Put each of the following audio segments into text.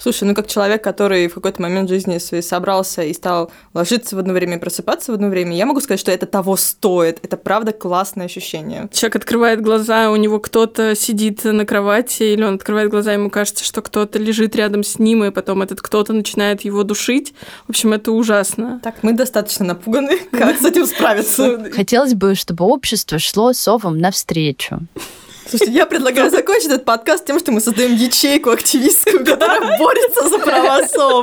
Слушай, как человек, который в какой-то момент жизни своей собрался и стал ложиться в одно время и просыпаться в одно время, я могу сказать, что это того стоит. Это правда классное ощущение. Человек открывает глаза, у него кто-то сидит на кровати, или он открывает глаза, ему кажется, что кто-то лежит рядом с ним, и потом этот кто-то начинает его душить. В общем, это ужасно. Так, мы достаточно напуганы. Как с этим справиться? Хотелось бы, чтобы общество шло совам навстречу. Слушайте, я предлагаю закончить этот подкаст тем, что мы создаем ячейку активистскую, которая борется за права сов.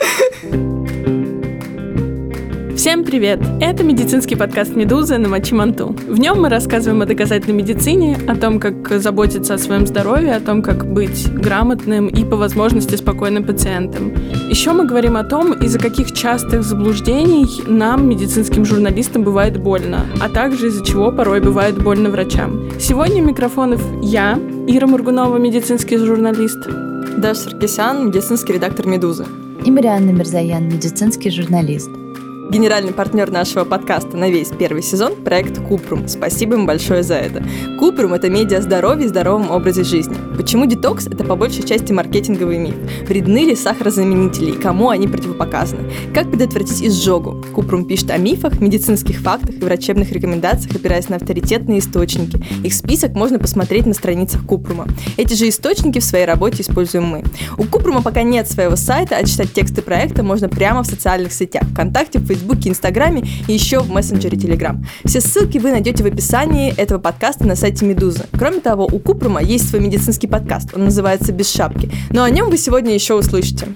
Всем привет! Это медицинский подкаст «Медузы» на Мочи Манту. В нем мы рассказываем о доказательной медицине, о том, как заботиться о своем здоровье, о том, как быть грамотным и по возможности спокойным пациентом. Еще мы говорим о том, из-за каких частых заблуждений нам, медицинским журналистам, бывает больно, а также из-за чего порой бывает больно врачам. Сегодня у микрофонов я, Ира Мургунова, медицинский журналист, Даша Саркисян, медицинский редактор «Медузы», и Марианна Мирзаян, медицинский журналист. Генеральный партнер нашего подкаста на весь первый сезон – проект Купрум. Спасибо им большое за это. Купрум – это медиа о здоровье и здоровом образе жизни. Почему детокс – это по большей части маркетинговый миф? Вредны ли сахарозаменители и кому они противопоказаны? Как предотвратить изжогу? Купрум пишет о мифах, медицинских фактах и врачебных рекомендациях, опираясь на авторитетные источники. Их список можно посмотреть на страницах Купрума. Эти же источники в своей работе используем мы. У Купрума пока нет своего сайта, а читать тексты проекта можно прямо в социальных сетях – ВКонтакте, в Фейсбуке, Инстаграме и еще в мессенджере Телеграм. Все ссылки вы найдете в описании этого подкаста на сайте Медузы. Кроме того, у Купрума есть свой медицинский подкаст. Он называется «Без шапки». Но о нем вы сегодня еще услышите.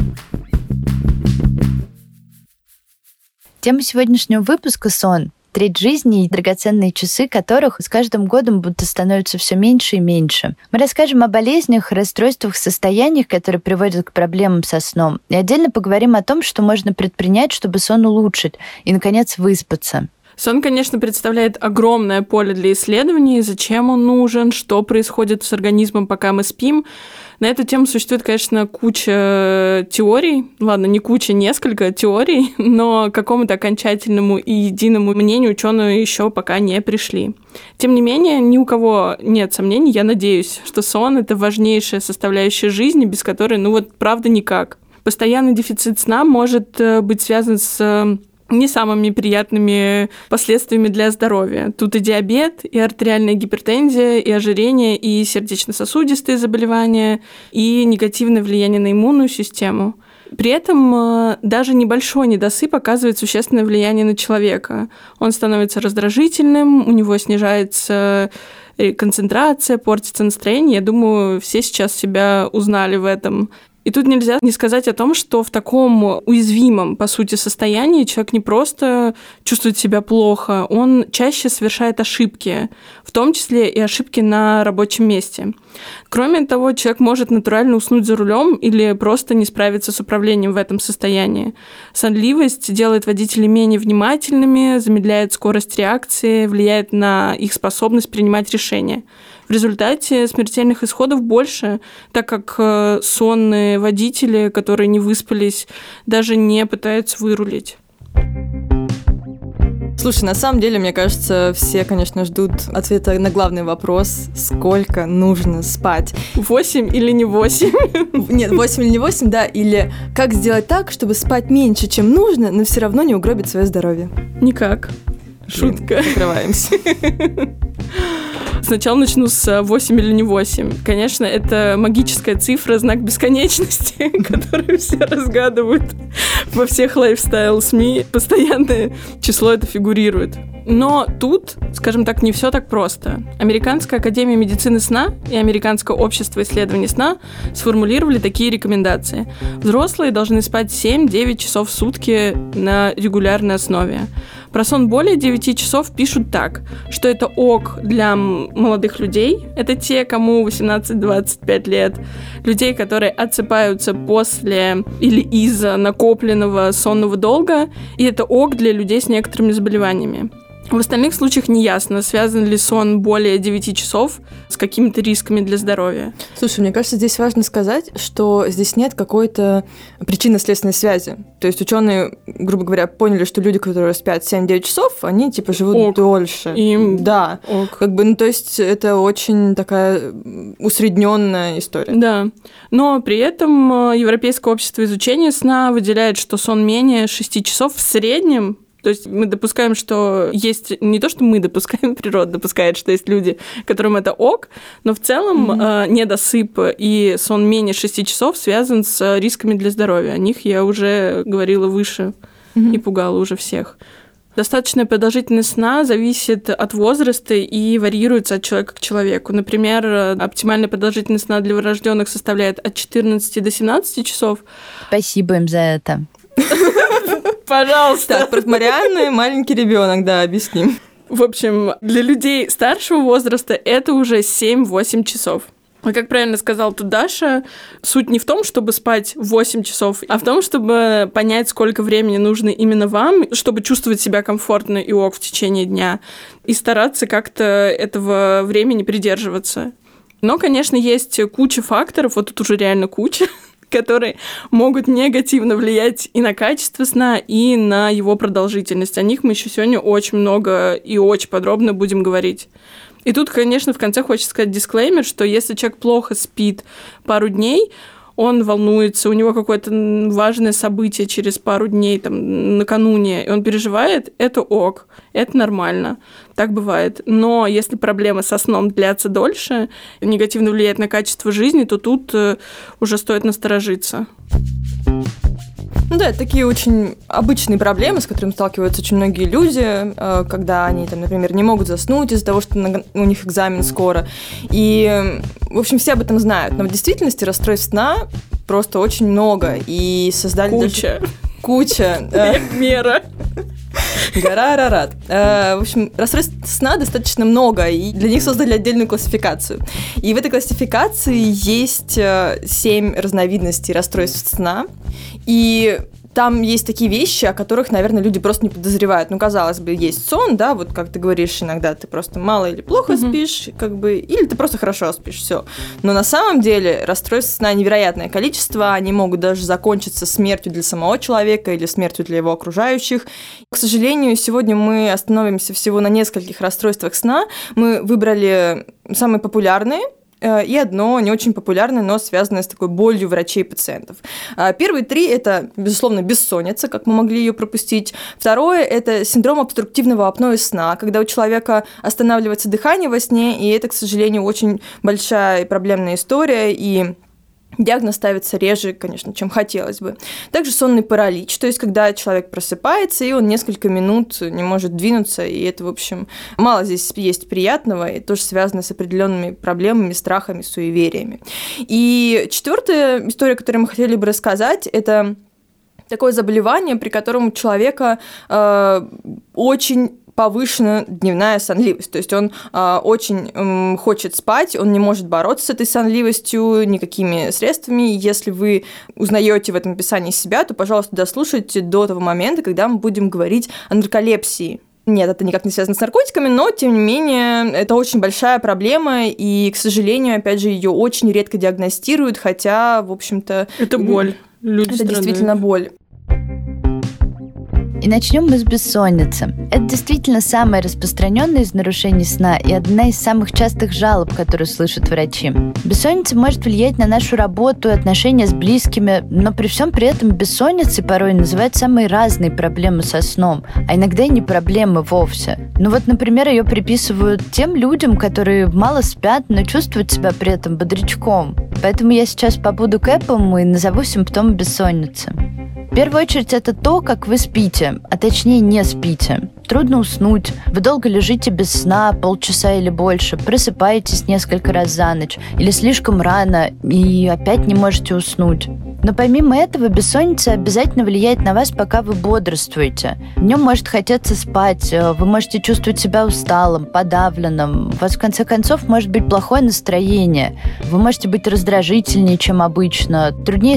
Тема сегодняшнего выпуска – сон. Треть жизни и драгоценные часы которых с каждым годом будто становятся все меньше и меньше. Мы расскажем о болезнях, расстройствах, состояниях, которые приводят к проблемам со сном. И отдельно поговорим о том, что можно предпринять, чтобы сон улучшить и, наконец, выспаться. Сон, конечно, представляет огромное поле для исследований, зачем он нужен, что происходит с организмом, пока мы спим. На эту тему существует, конечно, куча теорий. Ладно, не куча, несколько теорий, но к какому-то окончательному и единому мнению ученые еще пока не пришли. Тем не менее, ни у кого нет сомнений, я надеюсь, что сон – это важнейшая составляющая жизни, без которой, правда, никак. Постоянный дефицит сна может быть связан с не самыми приятными последствиями для здоровья. Тут и диабет, и артериальная гипертензия, и ожирение, и сердечно-сосудистые заболевания, и негативное влияние на иммунную систему. При этом даже небольшой недосып оказывает существенное влияние на человека. Он становится раздражительным, у него снижается концентрация, портится настроение. Я думаю, все сейчас себя узнали в этом. И тут нельзя не сказать о том, что в таком уязвимом, по сути, состоянии человек не просто чувствует себя плохо, он чаще совершает ошибки, в том числе и ошибки на рабочем месте. Кроме того, человек может натурально уснуть за рулем или просто не справиться с управлением в этом состоянии. Сонливость делает водителей менее внимательными, замедляет скорость реакции, влияет на их способность принимать решения. В результате смертельных исходов больше, так как сонные водители, которые не выспались, даже не пытаются вырулить. Слушай, на самом деле, мне кажется, все, конечно, ждут ответа на главный вопрос: сколько нужно спать? 8 или не 8? Нет, 8 или не 8, да, или как сделать так, чтобы спать меньше, чем нужно, но все равно не угробить свое здоровье? Никак. Шутка. Закрываемся. Сначала начну с 8 или не 8. Конечно, это магическая цифра, знак бесконечности, которую все разгадывают во всех лайфстайл-СМИ. Постоянное число это фигурирует. Но тут, скажем так, не все так просто. Американская академия медицины сна и Американское общество исследований сна сформулировали такие рекомендации. Взрослые должны спать 7-9 часов в сутки на регулярной основе. Про сон более 9 часов пишут так, что это ок для молодых людей, это те, кому 18-25 лет, людей, которые отсыпаются после или из-за накопленного сонного долга, и это ок для людей с некоторыми заболеваниями. В остальных случаях неясно, связан ли сон более 9 часов с какими-то рисками для здоровья. Слушай, мне кажется, здесь важно сказать, что здесь нет какой-то причинно-следственной связи. То есть ученые, грубо говоря, поняли, что люди, которые спят 7-9 часов, они типа живут дольше. Да. То есть это очень такая усредненная история. Да. Но при этом Европейское общество изучения сна выделяет, что сон менее 6 часов в среднем. То есть мы допускаем, что есть... Не то, что мы допускаем, природа допускает, что есть люди, которым это ок, но в целом недосып и сон менее 6 часов связан с рисками для здоровья. О них я уже говорила выше и пугала уже всех. Достаточная продолжительность сна зависит от возраста и варьируется от человека к человеку. Например, оптимальная продолжительность сна для новорожденных составляет от 14 до 17 часов. Спасибо им за это. Пожалуйста. Так, про Марианну маленький ребенок, да, объясним. В общем, для людей старшего возраста это уже 7-8 часов. А как правильно сказала тут Даша, суть не в том, чтобы спать 8 часов, а в том, чтобы понять, сколько времени нужно именно вам, чтобы чувствовать себя комфортно и ок в течение дня, и стараться как-то этого времени придерживаться. Но, конечно, есть куча факторов, вот тут уже реально куча, которые могут негативно влиять и на качество сна, и на его продолжительность. О них мы еще сегодня очень много и очень подробно будем говорить. И тут, конечно, в конце хочется сказать дисклеймер, что если человек плохо спит пару дней, он волнуется, у него какое-то важное событие через пару дней, там, накануне, и он переживает, это ок, это нормально, так бывает. Но если проблемы со сном длятся дольше, негативно влияет на качество жизни, то тут уже стоит насторожиться. Ну да, это такие очень обычные проблемы, с которыми сталкиваются очень многие люди, когда они, там, например, не могут заснуть из-за того, что у них экзамен скоро. И, в общем, все об этом знают. Но в действительности расстройств сна просто очень много. И создали Куча. Мера. Гора Арарат. В общем, расстройств сна достаточно много, и для них создали отдельную классификацию. И в этой классификации есть 7 разновидностей расстройств сна. И там есть такие вещи, о которых, наверное, люди просто не подозревают. Ну, казалось бы, есть сон, да, вот как ты говоришь, иногда ты просто мало или плохо спишь, как бы, или ты просто хорошо спишь, все. Но на самом деле расстройств сна невероятное количество, они могут даже закончиться смертью для самого человека или смертью для его окружающих. К сожалению, сегодня мы остановимся всего на нескольких расстройствах сна. Мы выбрали самые популярные, и одно не очень популярное, но связанное с такой болью врачей и пациентов. Первые 3 – это, безусловно, бессонница, как мы могли ее пропустить. Второе – это синдром обструктивного апноэ сна, когда у человека останавливается дыхание во сне, и это, к сожалению, очень большая и проблемная история, и диагноз ставится реже, конечно, чем хотелось бы. Также сонный паралич, то есть когда человек просыпается, и он несколько минут не может двинуться, и это, в общем, мало здесь есть приятного, и тоже связано с определенными проблемами, страхами, суевериями. И 4-я история, которую мы хотели бы рассказать, это такое заболевание, при котором у человека очень повышена дневная сонливость. То есть он очень хочет спать, он не может бороться с этой сонливостью никакими средствами. Если вы узнаете в этом описании себя, то, пожалуйста, дослушайте до того момента, когда мы будем говорить о нарколепсии. Нет, это никак не связано с наркотиками, но, тем не менее, это очень большая проблема, и, к сожалению, опять же, ее очень редко диагностируют, хотя, в общем-то... Это боль. Люди страдают. Действительно боль. И начнем мы с бессонницы. Это действительно самое распространенное из нарушений сна и одна из самых частых жалоб, которые слышат врачи. Бессонница может влиять на нашу работу и отношения с близкими, но при всем при этом бессонницей порой называют самые разные проблемы со сном, а иногда и не проблемы вовсе. Ну вот, например, ее приписывают тем людям, которые мало спят, но чувствуют себя при этом бодрячком. Поэтому я сейчас побуду кэпом и назову симптомы бессонницы. В первую очередь это то, как вы спите, а точнее не спите. Трудно уснуть, вы долго лежите без сна, полчаса или больше, просыпаетесь несколько раз за ночь, или слишком рано и опять не можете уснуть. Но помимо этого, бессонница обязательно влияет на вас, пока вы бодрствуете. Днем может хотеться спать, вы можете чувствовать себя усталым, подавленным, у вас в конце концов может быть плохое настроение, вы можете быть раздражительнее, чем обычно, труднее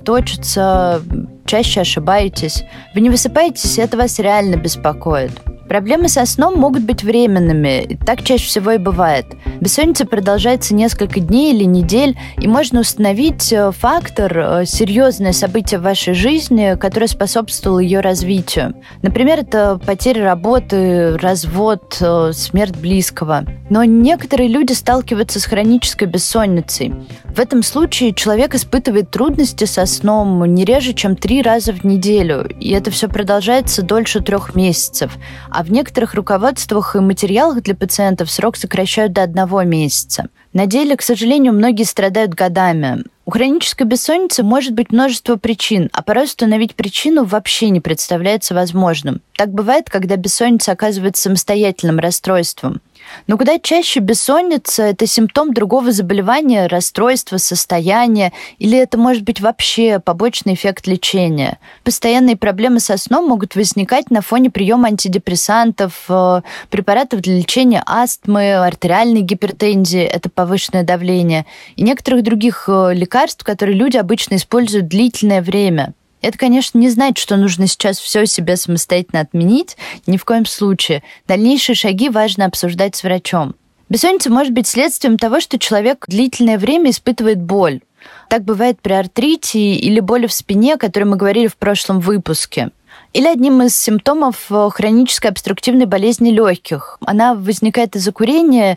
сосредоточиться, чаще ошибаетесь. Вы не высыпаетесь, и это вас реально беспокоит. Проблемы со сном могут быть временными, так чаще всего и бывает. Бессонница продолжается несколько дней или недель, и можно установить фактор, серьезное событие в вашей жизни, которое способствовало ее развитию. Например, это потеря работы, развод, смерть близкого. Но некоторые люди сталкиваются с хронической бессонницей. В этом случае человек испытывает трудности со сном не реже, чем 3 раза в неделю, и это все продолжается дольше 3 месяцев. А в некоторых руководствах и материалах для пациентов срок сокращают до 1 месяца. На деле, к сожалению, многие страдают годами. У хронической бессонницы может быть множество причин, а порой установить причину вообще не представляется возможным. Так бывает, когда бессонница оказывается самостоятельным расстройством. Но куда чаще бессонница – это симптом другого заболевания, расстройства, состояния, или это может быть вообще побочный эффект лечения. Постоянные проблемы со сном могут возникать на фоне приема антидепрессантов, препаратов для лечения астмы, артериальной гипертензии – это повышенное давление, и некоторых других лекарств, которые люди обычно используют длительное время. Это, конечно, не значит, что нужно сейчас все себе самостоятельно отменить, ни в коем случае. Дальнейшие шаги важно обсуждать с врачом. Бессонница может быть следствием того, что человек длительное время испытывает боль. Так бывает при артрите или боли в спине, о которой мы говорили в прошлом выпуске. Или одним из симптомов хронической обструктивной болезни легких. Она возникает из-за курения,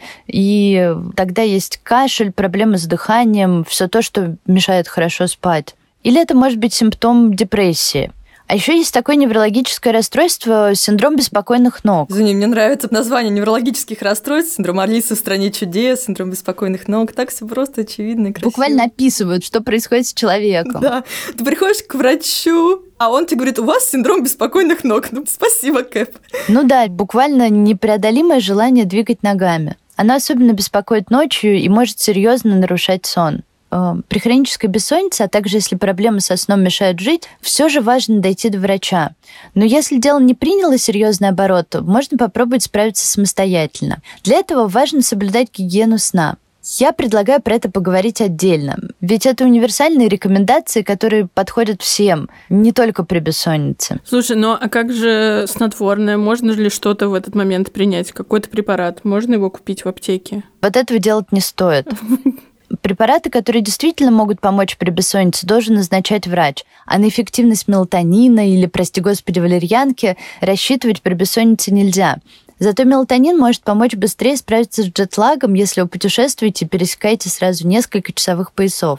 и тогда есть кашель, проблемы с дыханием, все то, что мешает хорошо спать. Или это может быть симптом депрессии. А еще есть такое неврологическое расстройство – синдром беспокойных ног. Извини, мне нравится название неврологических расстройств. Синдром Алисы в стране чудес, синдром беспокойных ног. Так все просто очевидно и красиво. Буквально описывают, что происходит с человеком. Да. Ты приходишь к врачу, а он тебе говорит, у вас синдром беспокойных ног. Ну, спасибо, Кэп. Ну да, буквально непреодолимое желание двигать ногами. Оно особенно беспокоит ночью и может серьезно нарушать сон. При хронической бессоннице, а также если проблемы со сном мешают жить, все же важно дойти до врача. Но если дело не приняло серьезный оборот, то можно попробовать справиться самостоятельно. Для этого важно соблюдать гигиену сна. Я предлагаю про это поговорить отдельно, ведь это универсальные рекомендации, которые подходят всем, не только при бессоннице. Слушай, ну а как же снотворное? Можно ли что-то в этот момент принять? Какой-то препарат? Можно его купить в аптеке? Вот этого делать не стоит. Препараты, которые действительно могут помочь при бессоннице, должен назначать врач. А на эффективность мелатонина или, прости господи, валерьянки рассчитывать при бессоннице нельзя. Зато мелатонин может помочь быстрее справиться с джетлагом, если вы путешествуете и пересекаете сразу несколько часовых поясов.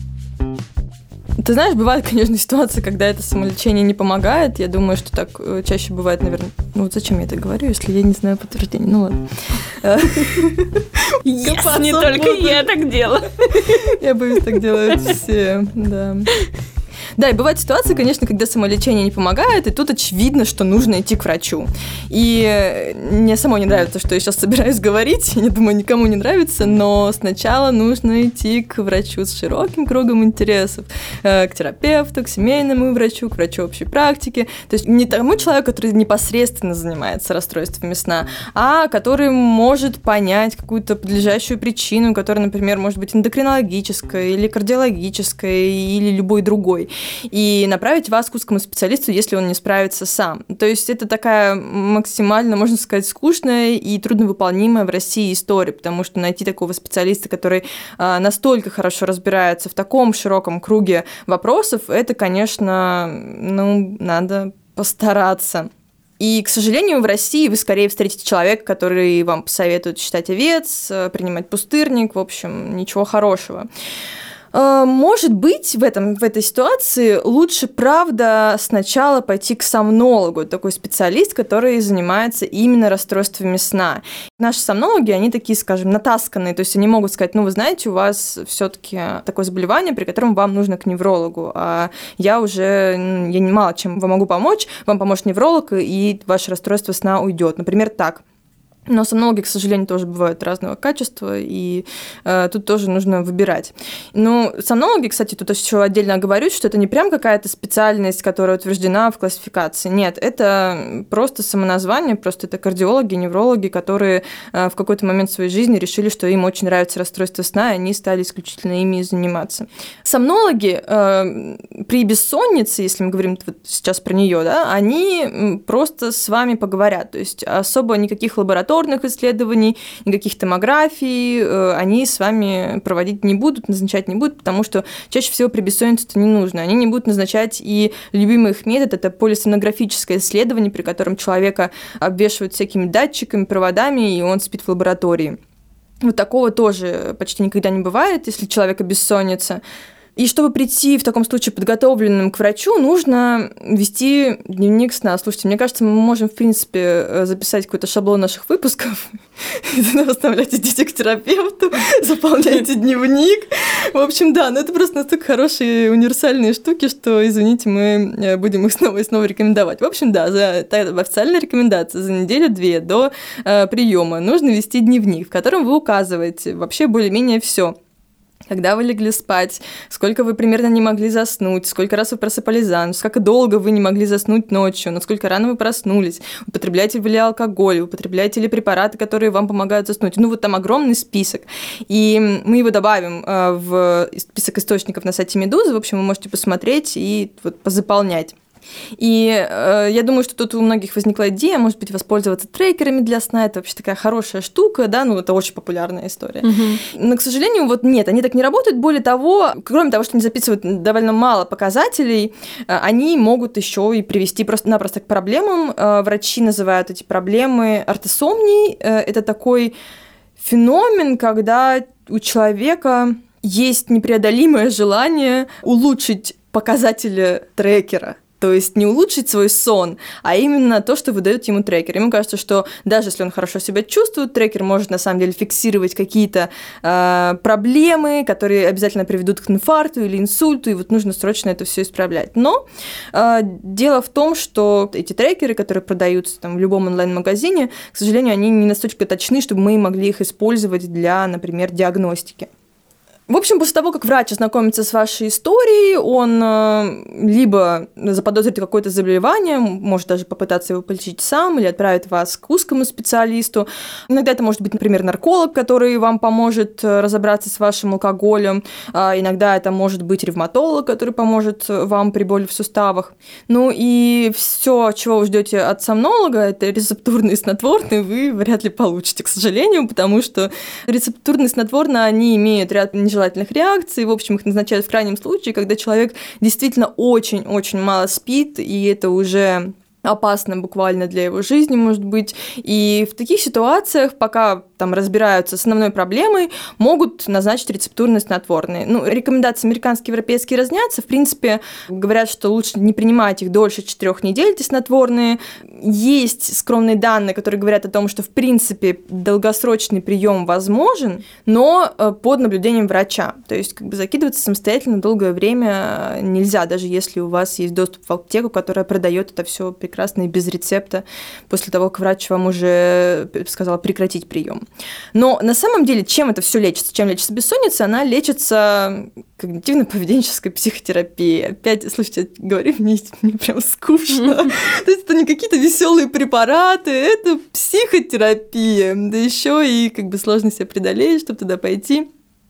Ты знаешь, бывают, конечно, ситуации, когда это самолечение не помогает. Я думаю, что так чаще бывает, наверное... Ну вот зачем я это говорю, если я не знаю подтверждения? Ну ладно. Не только я так делаю. Я боюсь, так делают все, да. Да, и бывают ситуации, конечно, когда самолечение не помогает, и тут очевидно, что нужно идти к врачу. И мне самой не нравится, что я сейчас собираюсь говорить, я не думаю, никому не нравится, но сначала нужно идти к врачу с широким кругом интересов, к терапевту, к семейному врачу, к врачу общей практики. То есть не тому человеку, который непосредственно занимается расстройствами сна, а который может понять какую-то подлежащую причину, которая, например, может быть эндокринологическая или кардиологическая или любой другой, и направить вас к узкому специалисту, если он не справится сам. То есть это такая максимально, можно сказать, скучная и трудновыполнимая в России история, потому что найти такого специалиста, который настолько хорошо разбирается в таком широком круге вопросов, это, конечно, надо постараться. И, к сожалению, в России вы скорее встретите человека, который вам посоветует читать овец, принимать пустырник, в общем, ничего хорошего. Может быть, в этой ситуации лучше, правда, сначала пойти к сомнологу, такой специалист, который занимается именно расстройствами сна. Наши сомнологи, они такие, скажем, натасканные, то есть они могут сказать, вы знаете, у вас все-таки такое заболевание, при котором вам нужно к неврологу, а я мало чем вам могу помочь, вам поможет невролог, и ваше расстройство сна уйдет. Например, так. Но сомнологи, к сожалению, тоже бывают разного качества, и тут тоже нужно выбирать. Ну, сомнологи, кстати, тут еще отдельно оговорюсь, что это не прям какая-то специальность, которая утверждена в классификации. Нет, это просто самоназвание, просто это кардиологи, неврологи, которые в какой-то момент своей жизни решили, что им очень нравится расстройство сна, и они стали исключительно ими заниматься. Сомнологи при бессоннице, если мы говорим вот сейчас про нее, да, они просто с вами поговорят, то есть особо никаких лабораторий, исследований, никаких томографий они с вами проводить не будут, назначать не будут, потому что чаще всего при бессоннице это не нужно. Они не будут назначать и любимый их метод – это полисонографическое исследование, при котором человека обвешивают всякими датчиками, проводами, и он спит в лаборатории. Вот такого тоже почти никогда не бывает, если человека бессонница. И чтобы прийти в таком случае подготовленным к врачу, нужно вести дневник сна. Слушайте, мне кажется, мы можем, в принципе, записать какой-то шаблон наших выпусков. Оставляйте детей к терапевту, заполняйте дневник. В общем, да, но это просто настолько хорошие универсальные штуки, что, извините, мы будем их снова и снова рекомендовать. В общем, да, официальная рекомендация за неделю-две до приема нужно вести дневник, в котором вы указываете вообще более-менее все. Когда вы легли спать, сколько вы примерно не могли заснуть, сколько раз вы просыпались за ночь, как долго вы не могли заснуть ночью, насколько рано вы проснулись, употребляете ли алкоголь, употребляете ли препараты, которые вам помогают заснуть. Ну, вот там огромный список. И мы его добавим в список источников на сайте Медузы. В общем, вы можете посмотреть и вот позаполнять. И я думаю, что тут у многих возникла идея, может быть, воспользоваться трекерами для сна. Это вообще такая хорошая штука, да, ну, это очень популярная история. Но, к сожалению, вот нет, они так не работают. Более того, кроме того, что они записывают довольно мало показателей, они могут еще и привести просто-напросто к проблемам. Врачи называют эти проблемы ортосомнией. Это такой феномен, когда у человека есть непреодолимое желание улучшить показатели трекера. То есть не улучшить свой сон, а именно то, что выдает ему трекер. Ему кажется, что даже если он хорошо себя чувствует, трекер может на самом деле фиксировать какие-то проблемы, которые обязательно приведут к инфаркту или инсульту, и вот нужно срочно это все исправлять. Но дело в том, что эти трекеры, которые продаются там в любом онлайн-магазине, к сожалению, они не настолько точны, чтобы мы могли их использовать для, например, диагностики. В общем, после того, как врач ознакомится с вашей историей, он либо заподозрит какое-то заболевание, может даже попытаться его полечить сам, или отправит вас к узкому специалисту. Иногда это может быть, например, нарколог, который вам поможет разобраться с вашим алкоголем. Иногда это может быть ревматолог, который поможет вам при боли в суставах. Ну и все, чего вы ждете от сомнолога, это рецептурные снотворные, вы вряд ли получите, к сожалению, потому что рецептурные снотворные, они имеют ряд нежелательных реакций, в общем, их назначают в крайнем случае, когда человек действительно очень-очень мало спит, и это уже опасно буквально для его жизни, может быть. И в таких ситуациях, пока там разбираются с основной проблемой, могут назначить рецептурные снотворные. Ну, рекомендации американские, европейские разнятся. В принципе, говорят, что лучше не принимать их дольше 4 недель, эти снотворные. Есть скромные данные, которые говорят о том, что, в принципе, долгосрочный прием возможен, но под наблюдением врача. То есть, как бы закидываться самостоятельно долгое время нельзя, даже если у вас есть доступ в аптеку, которая продает это все прекрасно и без рецепта, после того, как врач вам уже сказал прекратить прием. Но на самом деле, чем это все лечится? Чем лечится бессонница? Она лечится когнитивно-поведенческой психотерапией. Опять, слушайте, говорю, мне прям скучно. То есть это не какие-то веселые препараты, это психотерапия. Да еще и как бы сложно себя преодолеть, чтобы туда пойти.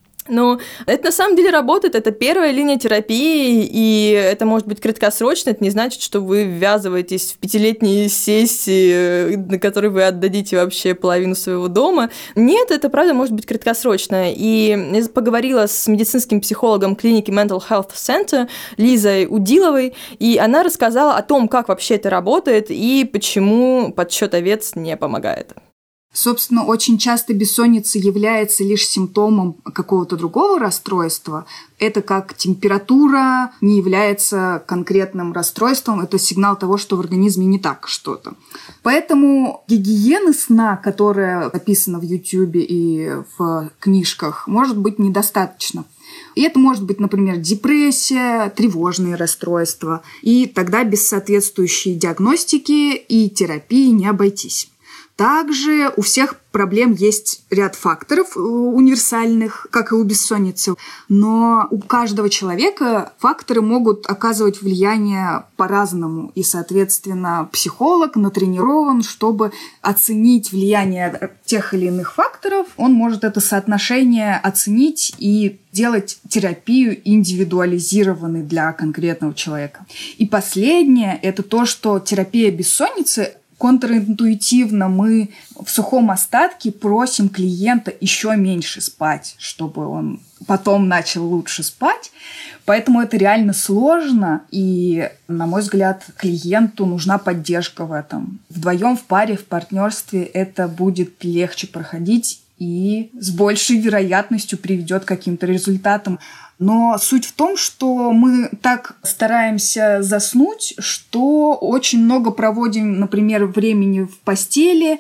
Но это на самом деле работает, это первая линия терапии, и это может быть краткосрочно, это не значит, что вы ввязываетесь в 5-летние сессии, на которые вы отдадите вообще половину своего дома. Нет, это правда может быть краткосрочно. И я поговорила с медицинским психологом клиники Mental Health Center Лизой Удиловой, и она рассказала о том, как вообще это работает и почему подсчет овец не помогает. Собственно, очень часто бессонница является лишь симптомом какого-то другого расстройства. Это как температура не является конкретным расстройством, это сигнал того, что в организме не так что-то. Поэтому гигиены сна, которая описана в YouTube и в книжках, может быть недостаточно. И это может быть, например, депрессия, тревожные расстройства. И тогда без соответствующей диагностики и терапии не обойтись. Также у всех проблем есть ряд факторов универсальных, как и у бессонницы, но у каждого человека факторы могут оказывать влияние по-разному, и, соответственно, психолог натренирован, чтобы оценить влияние тех или иных факторов, он может это соотношение оценить и делать терапию индивидуализированной для конкретного человека. И последнее – это то, что терапия бессонницы контринтуитивно мы в сухом остатке просим клиента еще меньше спать, чтобы он потом начал лучше спать. Поэтому это реально сложно, и, на мой взгляд, клиенту нужна поддержка в этом. Вдвоем, в паре, в партнерстве это будет легче проходить и с большей вероятностью приведет к каким-то результатам. Но суть в том, что мы так стараемся заснуть, что очень много проводим, например, времени в постели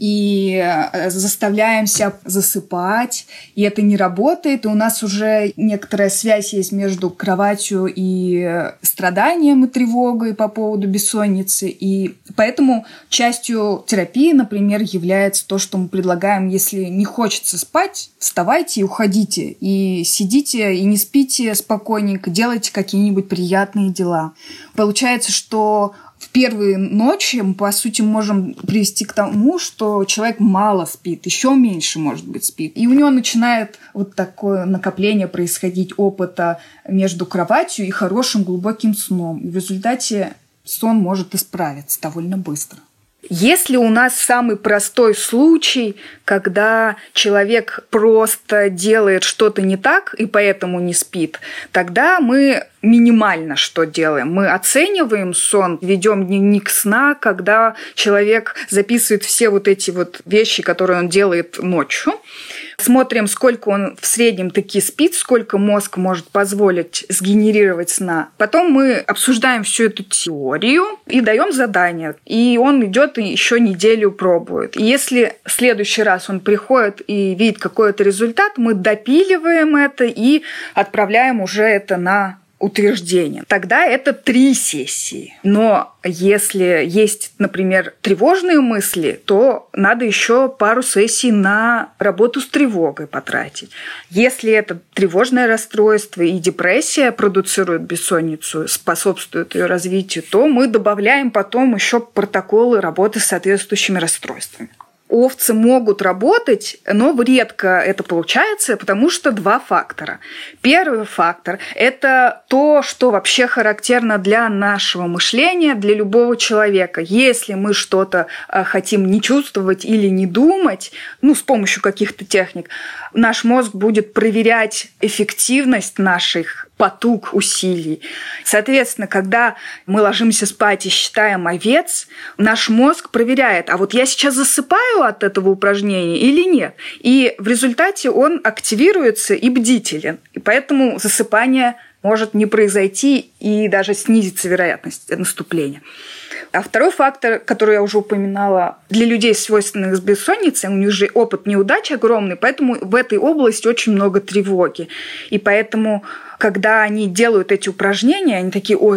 и заставляем себя засыпать, и это не работает, и у нас уже некоторая связь есть между кроватью и страданием и тревогой по поводу бессонницы, и поэтому частью терапии, например, является то, что мы предлагаем: если не хочется спать, вставайте и уходите, и сидите, и не спите спокойненько, делайте какие-нибудь приятные дела. Получается, что в первые ночи мы, по сути, можем привести к тому, что человек мало спит, еще меньше, может быть, спит. И у него начинает вот такое накопление происходить опыта между кроватью и хорошим глубоким сном. И в результате сон может исправиться довольно быстро. Если у нас самый простой случай, когда человек просто делает что-то не так и поэтому не спит, тогда мы минимально что делаем? Мы оцениваем сон, ведем дневник сна, когда человек записывает все вот эти вот вещи, которые он делает ночью. Смотрим, сколько он в среднем таки спит, сколько мозг может позволить сгенерировать сна. Потом мы обсуждаем всю эту теорию и даем задание. И он идет и еще неделю пробует. И если в следующий раз он приходит и видит какой-то результат, мы допиливаем это и отправляем уже это на утверждение. Тогда это 3 сессии. Но если есть, например, тревожные мысли, то надо еще пару сессий на работу с тревогой потратить. Если это тревожное расстройство и депрессия продуцирует бессонницу, способствует ее развитию, то мы добавляем потом еще протоколы работы с соответствующими расстройствами. Овцы могут работать, но редко это получается, потому что 2 фактора. Первый фактор – это то, что вообще характерно для нашего мышления, для любого человека. Если мы что-то хотим не чувствовать или не думать, с помощью каких-то техник, наш мозг будет проверять эффективность наших потуг, усилий. Соответственно, когда мы ложимся спать и считаем овец, наш мозг проверяет, а вот я сейчас засыпаю от этого упражнения или нет. И в результате он активируется и бдителен. И поэтому засыпание может не произойти и даже снизится вероятность наступления. А второй фактор, который я уже упоминала, для людей, свойственных с бессонницей, у них же опыт неудач огромный, поэтому в этой области очень много тревоги. И поэтому, когда они делают эти упражнения, они такие: ой,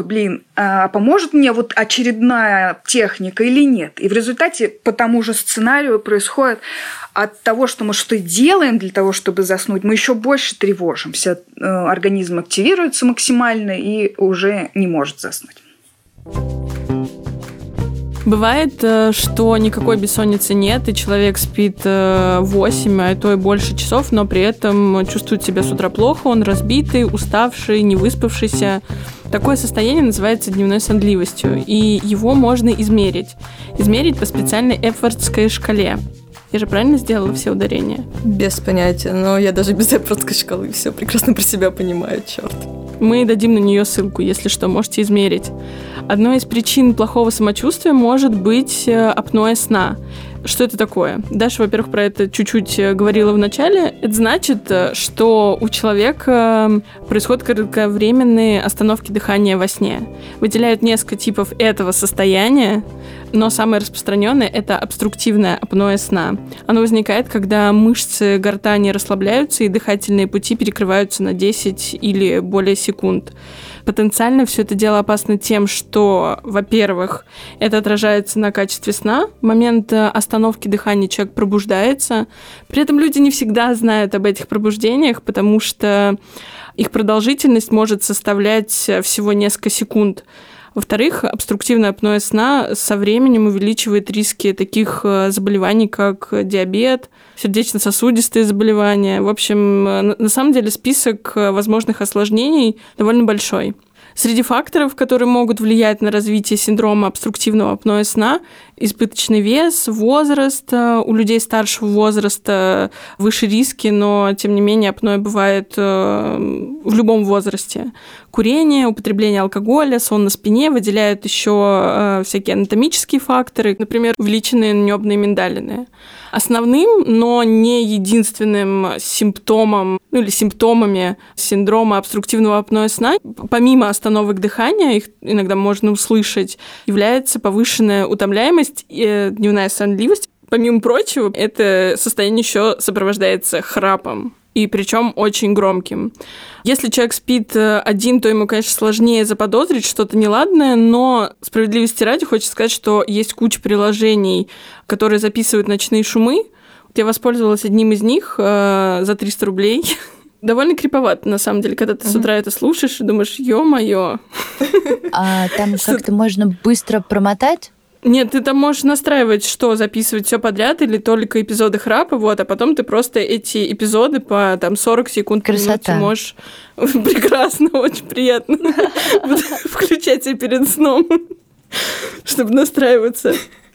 а поможет мне вот очередная техника или нет? И в результате по тому же сценарию происходит: от того, что мы что-то делаем для того, чтобы заснуть, мы еще больше тревожимся. Организм активируется максимально и уже не может заснуть. Бывает, что никакой бессонницы нет, и человек спит 8, а то и больше часов, но при этом чувствует себя с утра плохо, он разбитый, уставший, не выспавшийся. Такое состояние называется дневной сонливостью, и его можно измерить. Измерить по специальной Эпвордской шкале. Я же правильно сделала все ударения? Без понятия, но я даже без Эпвордской шкалы все прекрасно про себя понимаю, черт. Мы дадим на нее ссылку, если что, можете измерить. Одной из причин плохого самочувствия может быть апноэ сна. Что это такое? Даша, во-первых, про это чуть-чуть говорила в начале. Это значит, что у человека происходят кратковременные остановки дыхания во сне. Выделяют несколько типов этого состояния, но самое распространенное – это обструктивное апноэ сна. Оно возникает, когда мышцы гортани расслабляются и дыхательные пути перекрываются на 10 или более секунд. Потенциально все это дело опасно тем, что, во-первых, это отражается на качестве сна. В момент остановки дыхания человек пробуждается. При этом люди не всегда знают об этих пробуждениях, потому что их продолжительность может составлять всего несколько секунд. Во-вторых, обструктивное апноэ сна со временем увеличивает риски таких заболеваний, как диабет, сердечно-сосудистые заболевания. В общем, на самом деле список возможных осложнений довольно большой. Среди факторов, которые могут влиять на развитие синдрома обструктивного апноэ сна, избыточный вес, возраст. У людей старшего возраста выше риски, но, тем не менее, апноэ бывает в любом возрасте. Курение, употребление алкоголя, сон на спине выделяют еще всякие анатомические факторы, например, увеличенные небные миндалины. Основным, но не единственным симптомом или симптомами синдрома обструктивного апноэ сна, помимо остановок дыхания, их иногда можно услышать, является повышенная утомляемость и дневная сонливость. Помимо прочего, это состояние еще сопровождается храпом, и причем очень громким. Если человек спит один, то ему, конечно, сложнее заподозрить что-то неладное, но справедливости ради хочется сказать, что есть куча приложений, которые записывают ночные шумы. Я воспользовалась одним из них за 300 рублей. Довольно криповато, на самом деле, когда ты с утра это слушаешь и думаешь, ё-моё. А там как-то можно быстро промотать? Нет, ты там можешь настраивать, что записывать все подряд или только эпизоды храпа, вот, а потом ты просто эти эпизоды по там 40 секунд в минуту можешь... Прекрасно, очень приятно включать себе перед сном, чтобы настраиваться.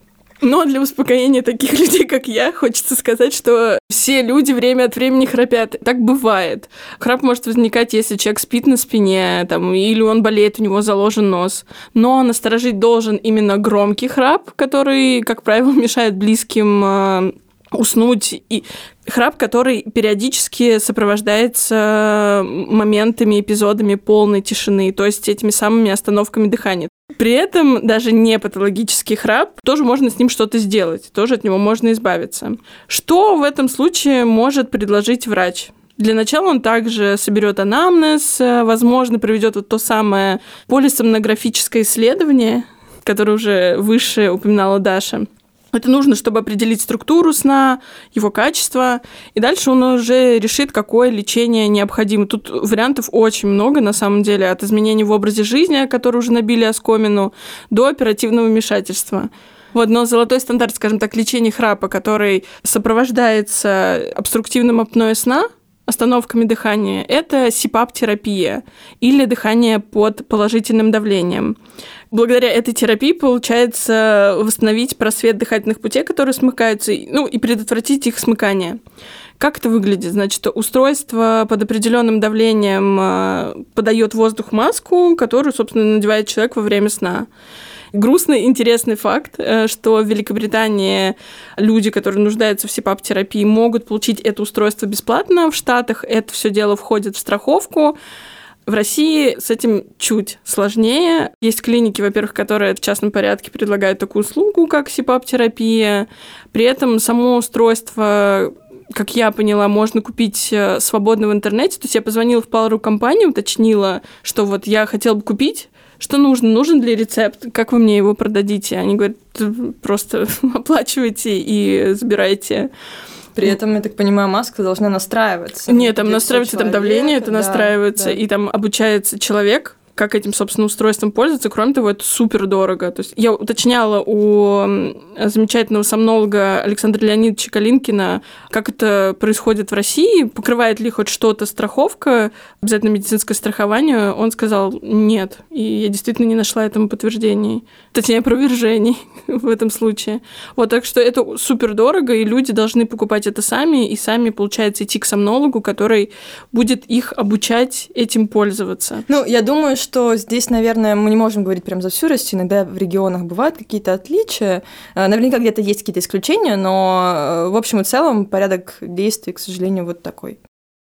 Но для успокоения таких людей, как я, хочется сказать, что все люди время от времени храпят. Так бывает. Храп может возникать, если человек спит на спине, там, или он болеет, у него заложен нос. Но насторожить должен именно громкий храп, который, как правило, мешает близким уснуть. И храп, который периодически сопровождается моментами, эпизодами полной тишины, то есть этими самыми остановками дыхания. При этом даже не патологический храп, тоже можно с ним что-то сделать, тоже от него можно избавиться. Что в этом случае может предложить врач? Для начала он также соберет анамнез, возможно, проведет вот то самое полисомнографическое исследование, которое уже выше упоминала Даша. Это нужно, чтобы определить структуру сна, его качество, и дальше он уже решит, какое лечение необходимо. Тут вариантов очень много, на самом деле, от изменений в образе жизни, которые уже набили оскомину, до оперативного вмешательства. Вот, но золотой стандарт, скажем так, лечения храпа, который сопровождается обструктивным апноэ сна, остановками дыхания, это СИПАП-терапия или дыхание под положительным давлением. Благодаря этой терапии получается восстановить просвет дыхательных путей, которые смыкаются, и предотвратить их смыкание. Как это выглядит? Значит, устройство под определенным давлением подает воздух в маску, которую, собственно, надевает человек во время сна. Грустный, интересный факт, что в Великобритании люди, которые нуждаются в СИПАП-терапии, могут получить это устройство бесплатно. В Штатах это все дело входит в страховку. В России с этим чуть сложнее. Есть клиники, во-первых, которые в частном порядке предлагают такую услугу, как СИПАП-терапия. При этом само устройство, как я поняла, можно купить свободно в интернете. То есть я позвонила в пару компаний, уточнила, что вот я хотела бы купить. Что нужно? Нужен ли рецепт? Как вы мне его продадите? Они говорят, просто оплачивайте и забирайте. При этом, я так понимаю, маска должна настраиваться. Нет, там настраивается там давление, это настраивается, и там обучается человек, как этим, собственно, устройством пользоваться. Кроме того, это супер дорого. То есть я уточняла у замечательного сомнолога Александра Леонидовича Калинкина, как это происходит в России, покрывает ли хоть что-то страховка, обязательно медицинское страхование. Он сказал нет, и я действительно не нашла этому подтверждений, точнее, опровержений в этом случае. Вот, так что это супер дорого, и люди должны покупать это сами, и сами, получается, идти к сомнологу, который будет их обучать этим пользоваться. Я думаю, что здесь, наверное, мы не можем говорить прям за всю Россию. Иногда в регионах бывают какие-то отличия. Наверняка где-то есть какие-то исключения, но в общем и целом порядок действий, к сожалению, вот такой.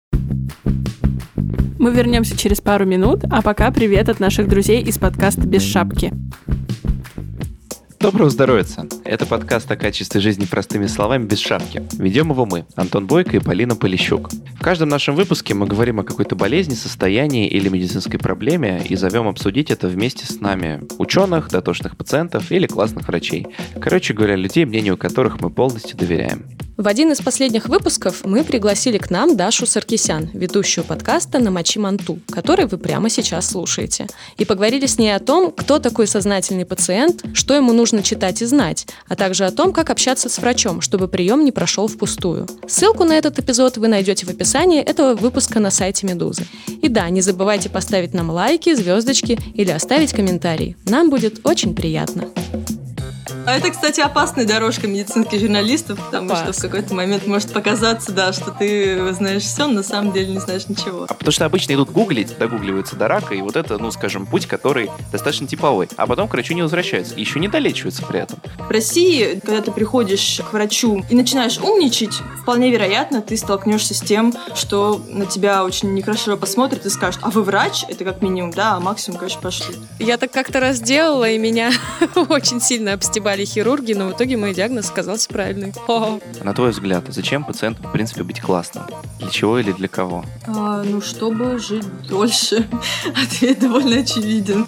Мы вернемся через пару минут, а пока привет от наших друзей из подкаста «Без шапки». Доброго здоровья! Это подкаст о качестве жизни простыми словами без шапки. Ведем его мы, Антон Бойко и Полина Полищук. В каждом нашем выпуске мы говорим о какой-то болезни, состоянии или медицинской проблеме и зовем обсудить это вместе с нами ученых, дотошных пациентов или классных врачей. Короче говоря, людей, мнению которых мы полностью доверяем. В один из последних выпусков мы пригласили к нам Дашу Саркисян, ведущую подкаста «Намочи манту», который вы прямо сейчас слушаете. И поговорили с ней о том, кто такой сознательный пациент, что ему нужно читать и знать, а также о том, как общаться с врачом, чтобы прием не прошел впустую. Ссылку на этот эпизод вы найдете в описании этого выпуска на сайте «Медузы». И да, не забывайте поставить нам лайки, звездочки или оставить комментарий. Нам будет очень приятно. А это, кстати, опасная дорожка медицинских журналистов, потому что в какой-то момент может показаться, да, что ты знаешь все, но на самом деле не знаешь ничего. А потому что обычно идут гуглить, догугливаются до рака, и вот это, путь, который достаточно типовой. А потом к врачу не возвращаются, и еще не долечиваются при этом. В России, когда ты приходишь к врачу и начинаешь умничать, вполне вероятно, ты столкнешься с тем, что на тебя очень нехорошо посмотрят и скажут: а вы врач? Это как минимум, да, а максимум, конечно, пошли. Я так как-то раз делала, и меня очень сильно обстебали хирурги, но в итоге мой диагноз оказался правильный. На твой взгляд, зачем пациенту, в принципе, быть классным? Для чего или для кого? Чтобы жить дольше. Ответ довольно очевиден.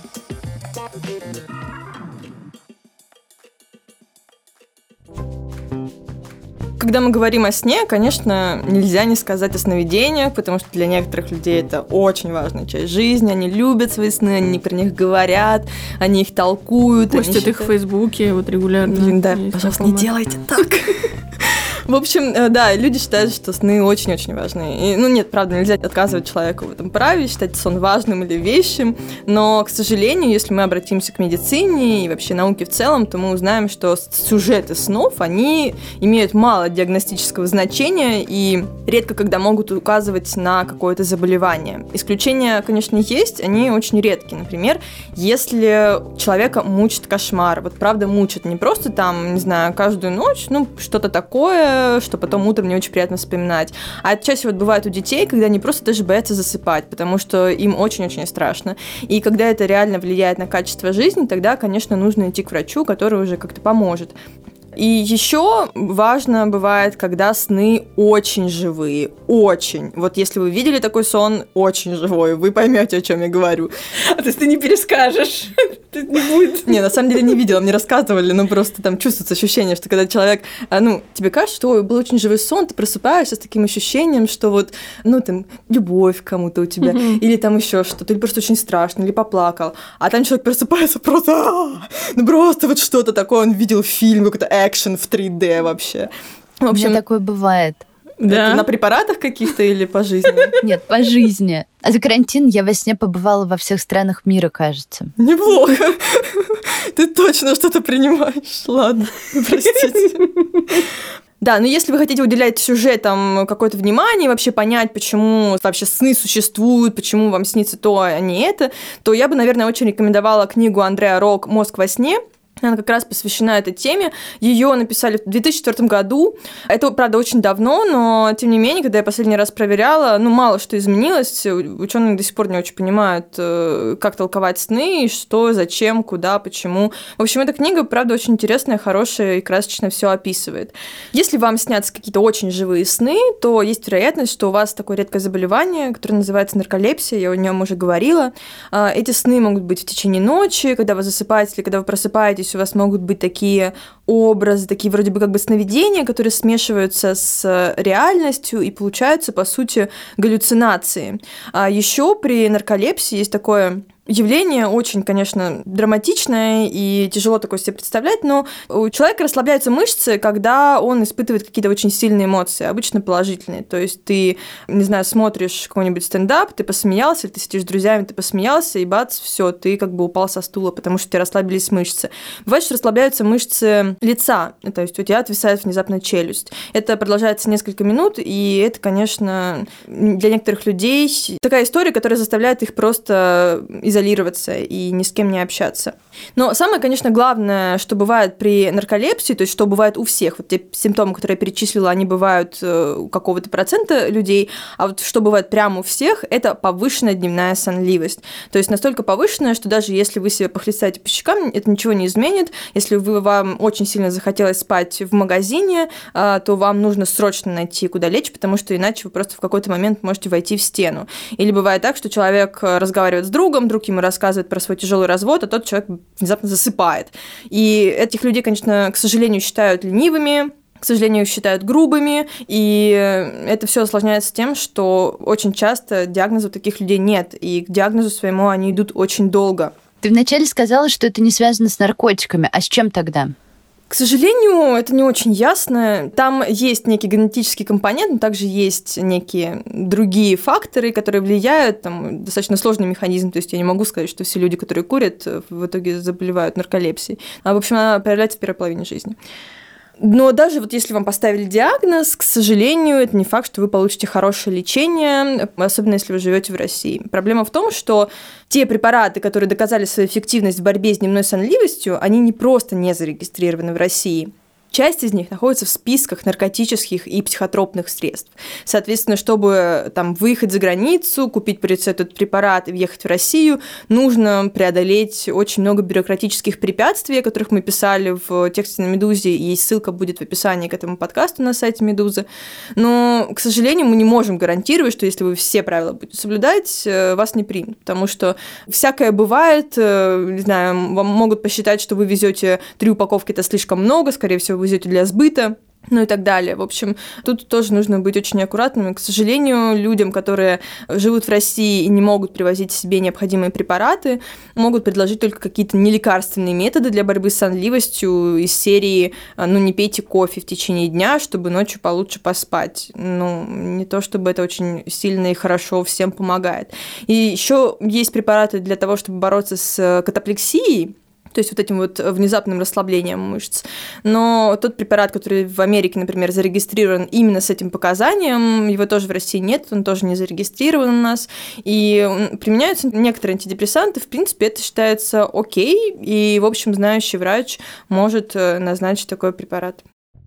Когда мы говорим о сне, конечно, нельзя не сказать о сновидениях, потому что для некоторых людей это очень важная часть жизни. Они любят свои сны, они про них говорят, они их толкуют. Постят их в Фейсбуке вот регулярно. Блин, да, пожалуйста, не делайте так. В общем, да, люди считают, что сны очень-очень важны. И, нет, правда, нельзя отказывать человеку в этом праве, считать сон важным или вещим, но, к сожалению, если мы обратимся к медицине и вообще науке в целом, то мы узнаем, что сюжеты снов, они имеют мало диагностического значения и редко когда могут указывать на какое-то заболевание. Исключения, конечно, есть, они очень редкие. Например, если человека мучит кошмар, вот правда мучит, не просто там, не знаю, каждую ночь, что-то такое, что потом утром не очень приятно вспоминать. А это чаще бывает у детей, когда они просто даже боятся засыпать, потому что им очень-очень страшно. И когда это реально влияет на качество жизни, тогда, конечно, нужно идти к врачу, который уже как-то поможет. И еще важно бывает, когда сны очень живые, очень. Вот если вы видели такой сон, очень живой, вы поймете, о чем я говорю. То есть ты не перескажешь? Не будет? Не, на самом деле не видела, мне рассказывали, но просто там чувствуется ощущение, что когда человек, тебе кажется, что был очень живой сон, ты просыпаешься с таким ощущением, что вот, там, любовь к кому-то у тебя, или там еще что-то, или просто очень страшно, или поплакал, а там человек просыпается просто, просто вот что-то такое, он видел фильм, какой-то экшен в 3D вообще. В общем, у меня такое бывает. Да? Это на препаратах каких-то или по жизни? Нет, по жизни. А за карантин я во сне побывала во всех странах мира, кажется. Неплохо. Ты точно что-то принимаешь. Ладно, простите. Да, но если вы хотите уделять сюжетам какое-то внимание, вообще понять, почему вообще сны существуют, почему вам снится то, а не это, то я бы, наверное, очень рекомендовала книгу Андреа Рок «Мозг во сне». Она как раз посвящена этой теме. Ее написали в 2004 году. Это, правда, очень давно, но, тем не менее, когда я последний раз проверяла, мало что изменилось. Ученые до сих пор не очень понимают, как толковать сны, что, зачем, куда, почему. В общем, эта книга, правда, очень интересная, хорошая и красочно все описывает. Если вам снятся какие-то очень живые сны, то есть вероятность, что у вас такое редкое заболевание, которое называется нарколепсия, я о нем уже говорила. Эти сны могут быть в течение ночи, когда вы засыпаете или когда вы просыпаетесь, у вас могут быть такие образы, такие вроде бы как бы сновидения, которые смешиваются с реальностью и получаются, по сути, галлюцинации. А еще при нарколепсии есть такое явление очень, конечно, драматичное и тяжело такое себе представлять, но у человека расслабляются мышцы, когда он испытывает какие-то очень сильные эмоции, обычно положительные. То есть ты, не знаю, смотришь какой-нибудь стендап, ты посмеялся, или ты сидишь с друзьями, ты посмеялся, и бац, все, ты как бы упал со стула, потому что у тебя расслабились мышцы. Бывает, что расслабляются мышцы лица, то есть у тебя отвисает внезапно челюсть. Это продолжается несколько минут, и это, конечно, для некоторых людей такая история, которая заставляет их просто изолироваться изолироваться и ни с кем не общаться. Но самое, конечно, главное, что бывает при нарколепсии, то есть что бывает у всех, вот те симптомы, которые я перечислила, они бывают у какого-то процента людей, а вот что бывает прямо у всех, это повышенная дневная сонливость. То есть настолько повышенная, что даже если вы себя похлестаете по щекам, это ничего не изменит. Если вам очень сильно захотелось спать в магазине, то вам нужно срочно найти, куда лечь, потому что иначе вы просто в какой-то момент можете войти в стену. Или бывает так, что человек разговаривает с другом, друг ему рассказывает про свой тяжелый развод, а тот человек внезапно засыпает. И этих людей, конечно, к сожалению, считают ленивыми, к сожалению, считают грубыми, и это все осложняется тем, что очень часто диагноза у таких людей нет, и к диагнозу своему они идут очень долго. Ты вначале сказала, что это не связано с наркотиками, а с чем тогда? К сожалению, это не очень ясно. Там есть некий генетический компонент, но также есть некие другие факторы, которые влияют. Там достаточно сложный механизм, то есть я не могу сказать, что все люди, которые курят, в итоге заболевают нарколепсией. В общем, она проявляется в первой половине жизни. Но даже вот если вам поставили диагноз, к сожалению, это не факт, что вы получите хорошее лечение, особенно если вы живете в России. Проблема в том, что те препараты, которые доказали свою эффективность в борьбе с дневной сонливостью, они не просто не зарегистрированы в России. Часть из них находится в списках наркотических и психотропных средств. Соответственно, чтобы там выехать за границу, купить по рецепту этот препарат и въехать в Россию, нужно преодолеть очень много бюрократических препятствий, о которых мы писали в тексте на «Медузе», и ссылка будет в описании к этому подкасту на сайте «Медузы». Но, к сожалению, мы не можем гарантировать, что если вы все правила будете соблюдать, вас не примут, потому что всякое бывает, не знаю, вам могут посчитать, что вы везете 3 упаковки, это слишком много, скорее всего, вы везете для сбыта, ну и так далее. В общем, тут тоже нужно быть очень аккуратными. К сожалению, людям, которые живут в России и не могут привозить себе необходимые препараты, могут предложить только какие-то нелекарственные методы для борьбы с сонливостью из серии не пейте кофе в течение дня, чтобы ночью получше поспать. Не то чтобы это очень сильно и хорошо всем помогает. И еще есть препараты для того, чтобы бороться с катаплексией, то есть вот этим вот внезапным расслаблением мышц. Но тот препарат, который в Америке, например, зарегистрирован именно с этим показанием, его тоже в России нет, он тоже не зарегистрирован у нас. И применяются некоторые антидепрессанты, в принципе, это считается окей, и, в общем, знающий врач может назначить такой препарат.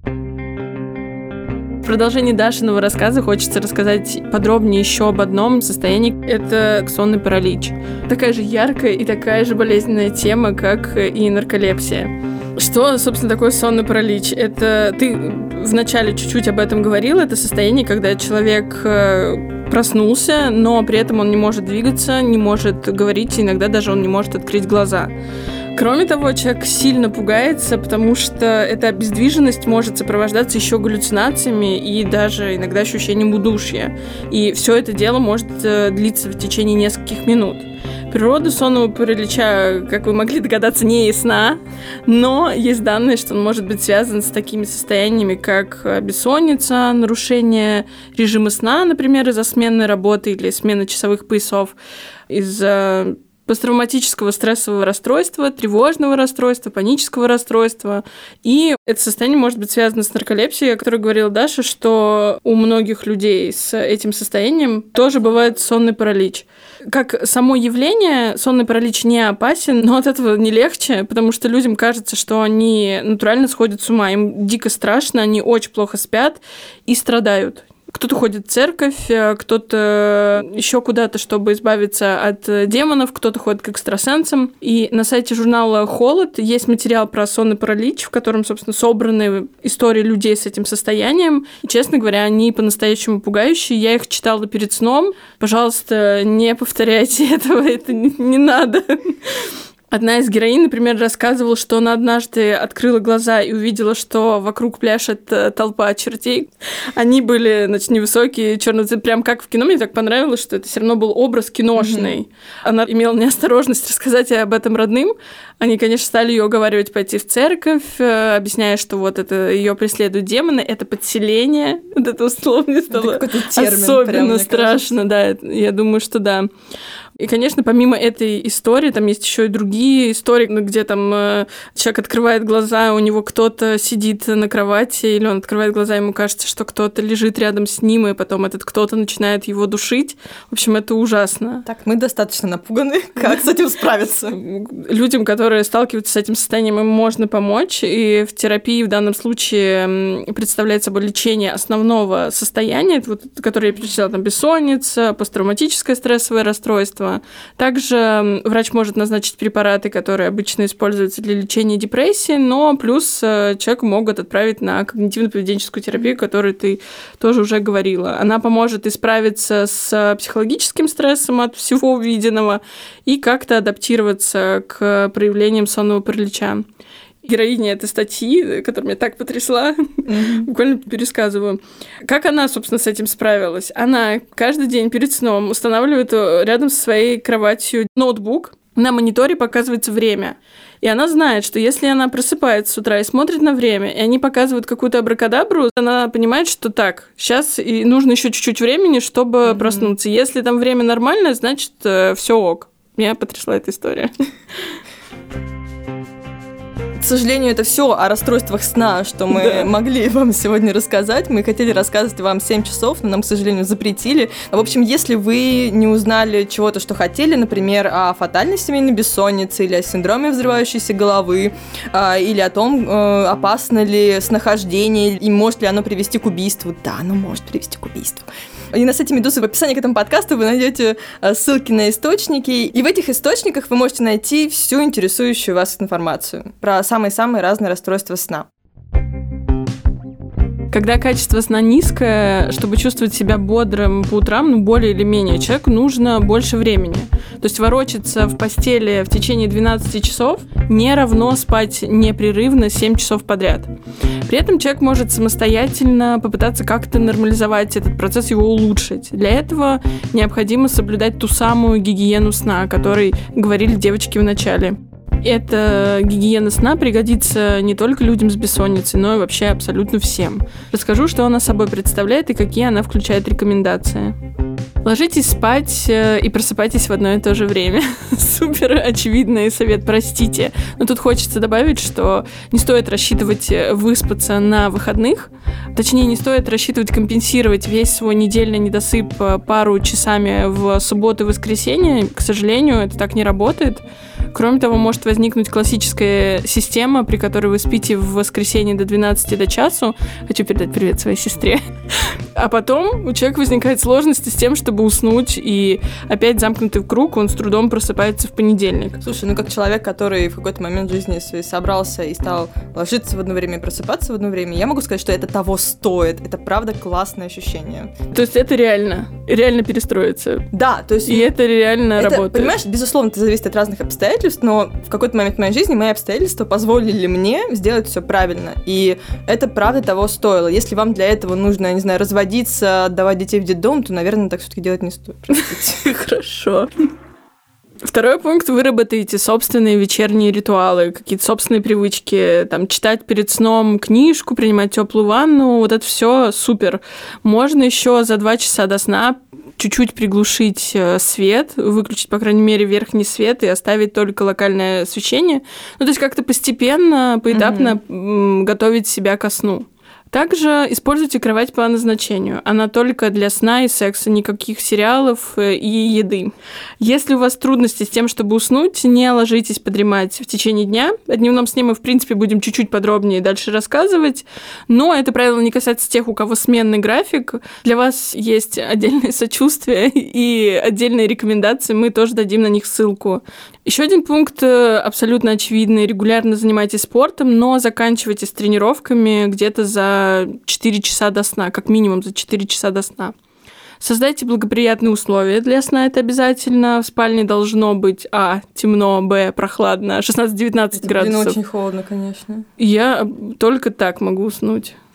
В продолжении Дашиного рассказа хочется рассказать подробнее еще об одном состоянии. Это сонный паралич. Такая же яркая и такая же болезненная тема, как и нарколепсия. Что, собственно, такое сонный паралич? Это ты вначале чуть-чуть об этом говорил. Это состояние, когда человек проснулся, но при этом он не может двигаться, не может говорить, иногда даже он не может открыть глаза. Кроме того, человек сильно пугается, потому что эта обездвиженность может сопровождаться еще галлюцинациями и даже иногда ощущением удушья. И все это дело может длиться в течение нескольких минут. Природа сонного паралича, как вы могли догадаться, не ясна, но есть данные, что он может быть связан с такими состояниями, как бессонница, нарушение режима сна, например, из-за сменной работы или смены часовых поясов, из-за посттравматического стрессового расстройства, тревожного расстройства, панического расстройства. И это состояние может быть связано с нарколепсией, о которой говорила Даша, что у многих людей с этим состоянием тоже бывает сонный паралич. Как само явление, сонный паралич не опасен, но от этого не легче, потому что людям кажется, что они натурально сходят с ума, им дико страшно, они очень плохо спят и страдают. Кто-то ходит в церковь, кто-то еще куда-то, чтобы избавиться от демонов, кто-то ходит к экстрасенсам. И на сайте журнала «Холод» есть материал про сонный паралич, в котором, собственно, собраны истории людей с этим состоянием. И, честно говоря, они по-настоящему пугающие. Я их читала перед сном. Пожалуйста, не повторяйте этого, это не надо. Одна из героинь, например, рассказывала, что она однажды открыла глаза и увидела, что вокруг пляшет толпа чертей. Они были, невысокие, черные, прям как в кино. Мне так понравилось, что это все равно был образ киношный. Mm-hmm. Она имела неосторожность рассказать об этом родным. Они, конечно, стали ее уговаривать пойти в церковь, объясняя, что вот это ее преследуют демоны, это подселение. Вот это условно стало особенно страшно. Да, я думаю, что да. И, конечно, помимо этой истории, там есть еще и другие истории, где там человек открывает глаза, у него кто-то сидит на кровати, или он открывает глаза, ему кажется, что кто-то лежит рядом с ним, и потом этот кто-то начинает его душить. В общем, это ужасно. Так, мы достаточно напуганы. Как с этим справиться? Людям, которые сталкиваются с этим состоянием, им можно помочь, и в терапии в данном случае представляет собой лечение основного состояния, которое я перечисляла, там, бессонница, посттравматическое стрессовое расстройство. Также врач может назначить препараты, которые обычно используются для лечения депрессии, но плюс человеку могут отправить на когнитивно-поведенческую терапию, о которой ты тоже уже говорила. Она поможет справиться с психологическим стрессом от всего увиденного и как-то адаптироваться к проявлениям сонного паралича. Героиня этой статьи, которая меня так потрясла, буквально пересказываю. Как она, собственно, с этим справилась? Она каждый день перед сном устанавливает рядом со своей кроватью ноутбук, на мониторе показывается время. И она знает, что если она просыпается с утра и смотрит на время, и они показывают какую-то абракадабру, она понимает, что так, сейчас и нужно еще чуть-чуть времени, чтобы проснуться. Если там время нормальное, значит, все ок. Меня потрясла эта история. К сожалению, это все о расстройствах сна, что мы могли вам сегодня рассказать. Мы хотели рассказывать вам 7 часов, но нам, к сожалению, запретили. В общем, если вы не узнали чего-то, что хотели, например, о фатальной семейной бессоннице или о синдроме взрывающейся головы, или о том, опасно ли снахождение и может ли оно привести к убийству. Да, оно может привести к убийству. И на сайте Медузы в описании к этому подкасту вы найдете ссылки на источники. И в этих источниках вы можете найти всю интересующую вас информацию про самые-самые разные расстройства сна. Когда качество сна низкое, чтобы чувствовать себя бодрым по утрам, более или менее, человеку нужно больше времени. То есть ворочаться в постели в течение 12 часов не равно спать непрерывно 7 часов подряд. При этом человек может самостоятельно попытаться как-то нормализовать этот процесс, его улучшить. Для этого необходимо соблюдать ту самую гигиену сна, о которой говорили девочки в начале. Эта гигиена сна пригодится не только людям с бессонницей, но и вообще абсолютно всем. Расскажу, что она собой представляет и какие она включает рекомендации. Ложитесь спать и просыпайтесь в одно и то же время. Супер очевидный совет, простите. Но тут хочется добавить, что не стоит рассчитывать выспаться на выходных. Точнее, не стоит рассчитывать компенсировать весь свой недельный недосып пару часами в субботу и воскресенье. К сожалению, это так не работает. Кроме того, может возникнуть классическая система, при которой вы спите в воскресенье до 12 до часу. Хочу передать привет своей сестре. А потом у человека возникают сложности с тем, чтобы уснуть, и опять замкнутый в круг, он с трудом просыпается в понедельник. Слушай, ну как человек, который в какой-то момент жизни своей собрался и стал ложиться в одно время и просыпаться в одно время, я могу сказать, что это того стоит. Это правда классное ощущение. То есть это реально перестроиться. Да, то есть... И это реально работает. Понимаешь, безусловно, это зависит от разных обстоятельств, но в какой-то момент в моей жизни мои обстоятельства позволили мне сделать все правильно. И это правда того стоило. Если вам для этого нужно, я не знаю, разводиться, отдавать детей в детдом, то, наверное, так все-таки делать не стоит. Хорошо. Второй пункт. Выработайте собственные вечерние ритуалы, какие-то собственные привычки, там, читать перед сном книжку, принимать теплую ванну, вот это все супер. Можно еще за 2 часа до сна чуть-чуть приглушить свет, выключить, по крайней мере, верхний свет и оставить только локальное освещение. Ну, то есть как-то постепенно, поэтапно готовить себя ко сну. Также используйте кровать по назначению. Она только для сна и секса, никаких сериалов и еды. Если у вас трудности с тем, чтобы уснуть, не ложитесь подремать в течение дня. О дневном сне мы, в принципе, будем чуть-чуть подробнее дальше рассказывать. Но это правило не касается тех, у кого сменный график. Для вас есть отдельное сочувствие и отдельные рекомендации. Мы тоже дадим на них ссылку. Еще один пункт абсолютно очевидный. Регулярно занимайтесь спортом, но заканчивайте с тренировками где-то за 4 часа до сна, как минимум за 4 часа до сна. Создайте благоприятные условия для сна, это обязательно. В спальне должно быть темно, прохладно, 16-19 градусов. Блин, очень холодно, конечно. Я только так могу уснуть.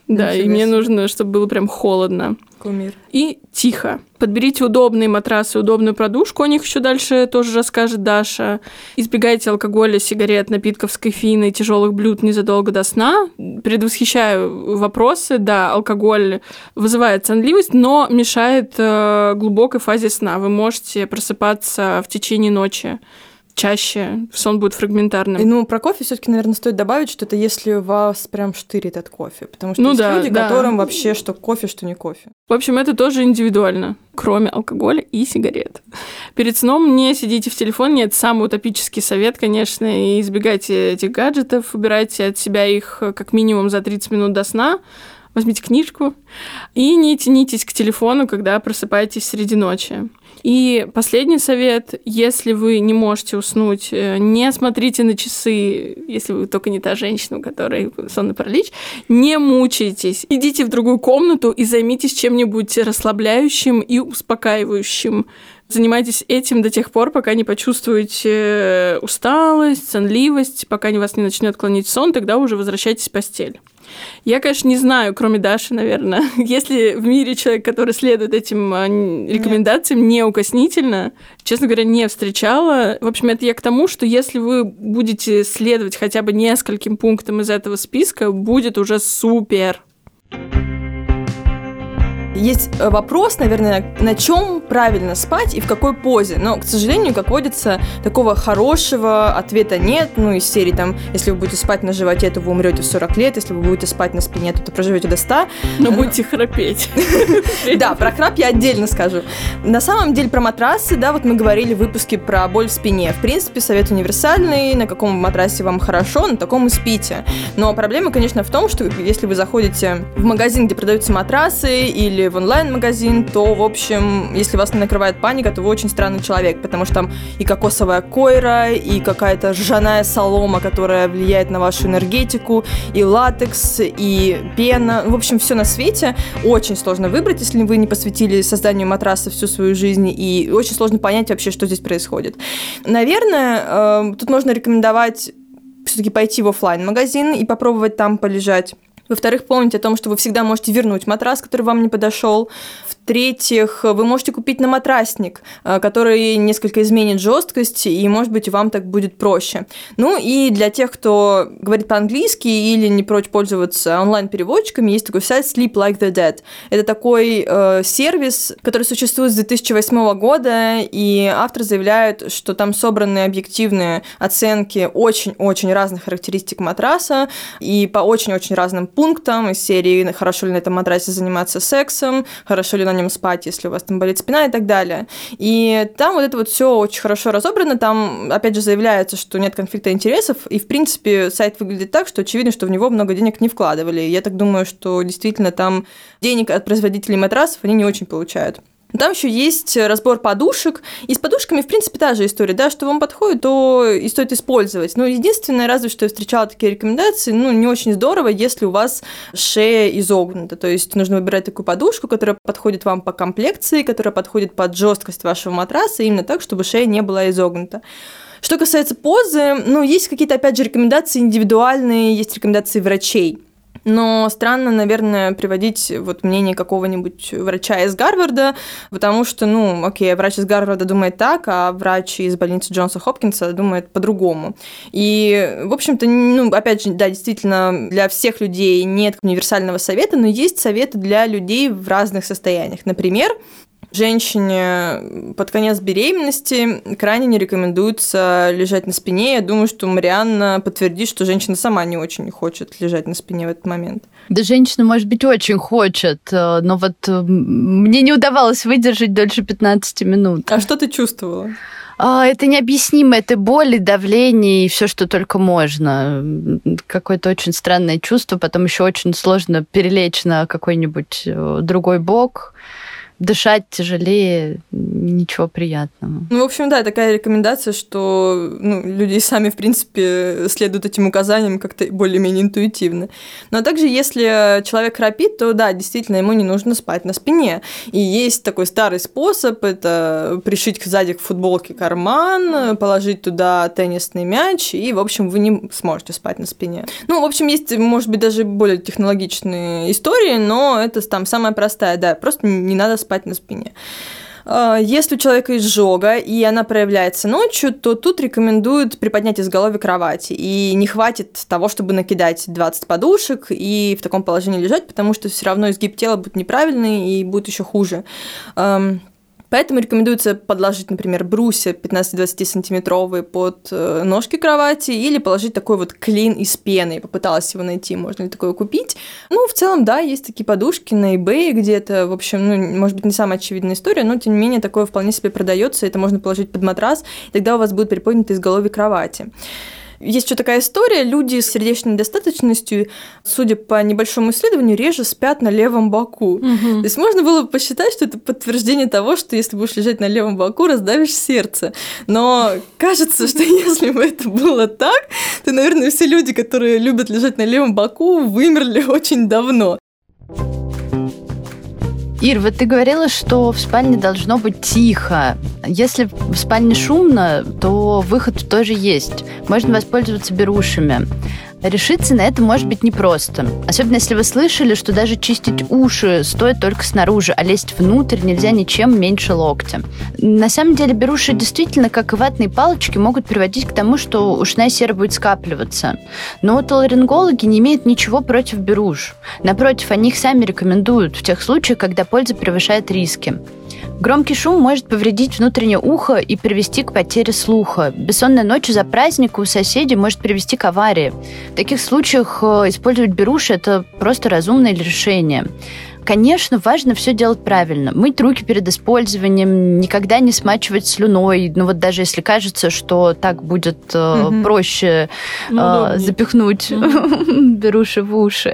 Да, и мне нужно, чтобы было прям холодно. Кумир. И тихо. Подберите удобные матрасы, удобную подушку, о них еще дальше тоже расскажет Даша. Избегайте алкоголя, сигарет, напитков с кофеином и тяжелых блюд незадолго до сна. Предвосхищаю вопросы. Да, алкоголь вызывает сонливость, но мешает глубокой фазе сна. Вы можете просыпаться в течение ночи. Чаще сон будет фрагментарным. И, про кофе все-таки, наверное, стоит добавить, что это если вас прям штырит от кофе. Потому что есть люди, которым вообще что кофе, что не кофе. В общем, это тоже индивидуально, кроме алкоголя и сигарет. Перед сном не сидите в телефоне, это самый утопический совет, конечно, и избегайте этих гаджетов, убирайте от себя их как минимум за 30 минут до сна, возьмите книжку и не тянитесь к телефону, когда просыпаетесь среди ночи. И последний совет, если вы не можете уснуть, не смотрите на часы, если вы только не та женщина, у которой сонный паралич, не мучайтесь, идите в другую комнату и займитесь чем-нибудь расслабляющим и успокаивающим. Занимайтесь этим до тех пор, пока не почувствуете усталость, сонливость, пока вас не начнет клонить сон, тогда уже возвращайтесь в постель. Я, конечно, не знаю, кроме Даши, наверное, есть ли в мире человек, который следует этим рекомендациям неукоснительно. Честно говоря, не встречала. В общем, это я к тому, что если вы будете следовать хотя бы нескольким пунктам из этого списка, будет уже супер. Есть вопрос, наверное, на чем правильно спать и в какой позе. Но, к сожалению, как водится, такого хорошего ответа нет. Из серии если вы будете спать на животе, то вы умрете в 40 лет. Если вы будете спать на спине, то проживете до 100. Но будете храпеть. Да, про храп я отдельно скажу. На самом деле про матрасы, мы говорили в выпуске про боль в спине. В принципе, совет универсальный. На каком матрасе вам хорошо, на таком и спите. Но проблема, конечно, в том, что если вы заходите в магазин, где продаются матрасы, или в онлайн-магазин, то, в общем, если вас не накрывает паника, то вы очень странный человек, потому что там и кокосовая койра, и какая-то ржаная солома, которая влияет на вашу энергетику, и латекс, и пена. В общем, все на свете. Очень сложно выбрать, если вы не посвятили созданию матраса всю свою жизнь, и очень сложно понять вообще, что здесь происходит. Наверное, тут можно рекомендовать все-таки пойти в офлайн-магазин и попробовать там полежать. Во-вторых, помните о том, что вы всегда можете вернуть матрас, который вам не подошел. В-третьих, вы можете купить на матрасник, который несколько изменит жесткость, и, может быть, вам так будет проще. И для тех, кто говорит по-английски или не прочь пользоваться онлайн-переводчиками, есть такой сайт Sleep Like the Dead. Это такой сервис, который существует с 2008 года, и автор заявляет, что там собраны объективные оценки очень-очень разных характеристик матраса, и по очень-очень разным пунктам из серии «Хорошо ли на этом матрасе заниматься сексом?», «Хорошо ли на нем спать, если у вас там болит спина?» и так далее. И там это все очень хорошо разобрано, там, опять же, заявляется, что нет конфликта интересов, и, в принципе, сайт выглядит так, что очевидно, что в него много денег не вкладывали. И я так думаю, что действительно там денег от производителей матрасов они не очень получают. Там еще есть разбор подушек. И с подушками, в принципе, та же история, что вам подходит, то и стоит использовать. Единственное, разве что я встречала такие рекомендации, не очень здорово, если у вас шея изогнута. То есть нужно выбирать такую подушку, которая подходит вам по комплекции, которая подходит под жесткость вашего матраса, именно так, чтобы шея не была изогнута. Что касается позы, есть какие-то, опять же, рекомендации индивидуальные, есть рекомендации врачей. Но странно, наверное, приводить мнение какого-нибудь врача из Гарварда, потому что, врач из Гарварда думает так, а врач из больницы Джонса Хопкинса думает по-другому. И, в общем-то, опять же, да, действительно, для всех людей нет универсального совета, но есть советы для людей в разных состояниях. Например, женщине под конец беременности крайне не рекомендуется лежать на спине. Я думаю, что Марианна подтвердит, что женщина сама не очень хочет лежать на спине в этот момент. Да, женщина, может быть, очень хочет, но мне не удавалось выдержать дольше 15 минут. А что ты чувствовала? Это необъяснимо, это боль и давление, и все, что только можно. Какое-то очень странное чувство, потом еще очень сложно перелечь на какой-нибудь другой бок. дышать тяжелее, ничего приятного. Ну, в общем, да, такая рекомендация, что люди сами, в принципе, следуют этим указаниям как-то более-менее интуитивно. Но также, если человек храпит, то да, действительно, ему не нужно спать на спине. И есть такой старый способ, это пришить сзади к футболке карман, положить туда теннисный мяч, и, в общем, вы не сможете спать на спине. Ну, в общем, есть, может быть, даже более технологичные истории, но это там самая простая, да, просто не надо спать на спине. Если у человека изжога, и она проявляется ночью, то тут рекомендуют приподнять изголовье кровати. И не хватит того, чтобы накидать 20 подушек и в таком положении лежать, потому что все равно изгиб тела будет неправильный и будет еще хуже. Поэтому рекомендуется подложить, например, брусья 15-20 сантиметровые под ножки кровати или положить такой вот клин из пены. Я попыталась его найти, можно ли такое купить. Ну, в целом, да, есть такие подушки на eBay где-то. В общем, может быть, не самая очевидная история, но, тем не менее, такое вполне себе продается. Это можно положить под матрас, и тогда у вас будет приподнято изголовье кровати. Есть еще такая история, люди с сердечной недостаточностью, судя по небольшому исследованию, реже спят на левом боку. То есть можно было бы посчитать, что это подтверждение того, что если будешь лежать на левом боку, раздавишь сердце. Но кажется, что если бы это было так, то, наверное, все люди, которые любят лежать на левом боку, вымерли очень давно. Ир, вот ты говорила, что в спальне должно быть тихо. Если в спальне шумно, то выход тоже есть. Можно воспользоваться берушами. Решиться на это может быть непросто. Особенно если вы слышали, что даже чистить уши стоит только снаружи, а лезть внутрь нельзя ничем меньше локтя. На самом деле беруши действительно, как и ватные палочки, могут приводить к тому, что ушная сера будет скапливаться. Но отоларингологи не имеют ничего против беруш. Напротив, они их сами рекомендуют в тех случаях, когда польза превышает риски. Громкий шум может повредить внутреннее ухо и привести к потере слуха. Бессонная ночь за праздник у соседей может привести к аварии. В таких случаях использовать беруши – это просто разумное решение. Конечно, важно все делать правильно. Мыть руки перед использованием, никогда не смачивать слюной. Ну вот даже если кажется, что так будет проще запихнуть беруши в уши.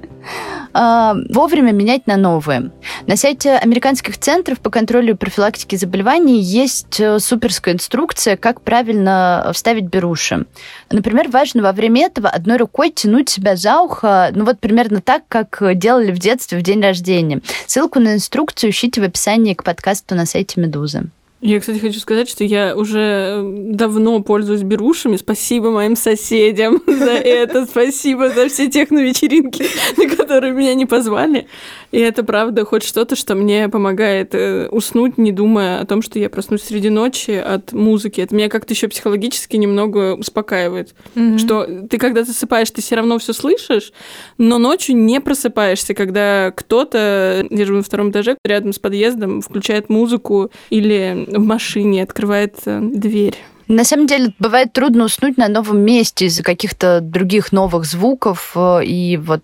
Вовремя менять на новые. На сайте американских центров по контролю и профилактике заболеваний есть суперская инструкция, как правильно вставить беруши. Например, важно во время этого одной рукой тянуть себя за ухо, ну вот примерно так, как делали в детстве в день рождения. Ссылку на инструкцию ищите в описании к подкасту на сайте «Медузы». Я, кстати, хочу сказать, что я уже давно пользуюсь берушами. Спасибо моим соседям за это. Спасибо за все техно-вечеринки, на которые меня не позвали. И это, правда, хоть что-то, что мне помогает уснуть, не думая о том, что я проснусь среди ночи от музыки. Это меня как-то еще психологически немного успокаивает. Что ты, когда засыпаешь, ты все равно все слышишь, но ночью не просыпаешься, когда кто-то, я живу на втором этаже, рядом с подъездом, включает музыку или в машине открывает дверь. На самом деле, бывает трудно уснуть на новом месте из-за каких-то других новых звуков. И вот,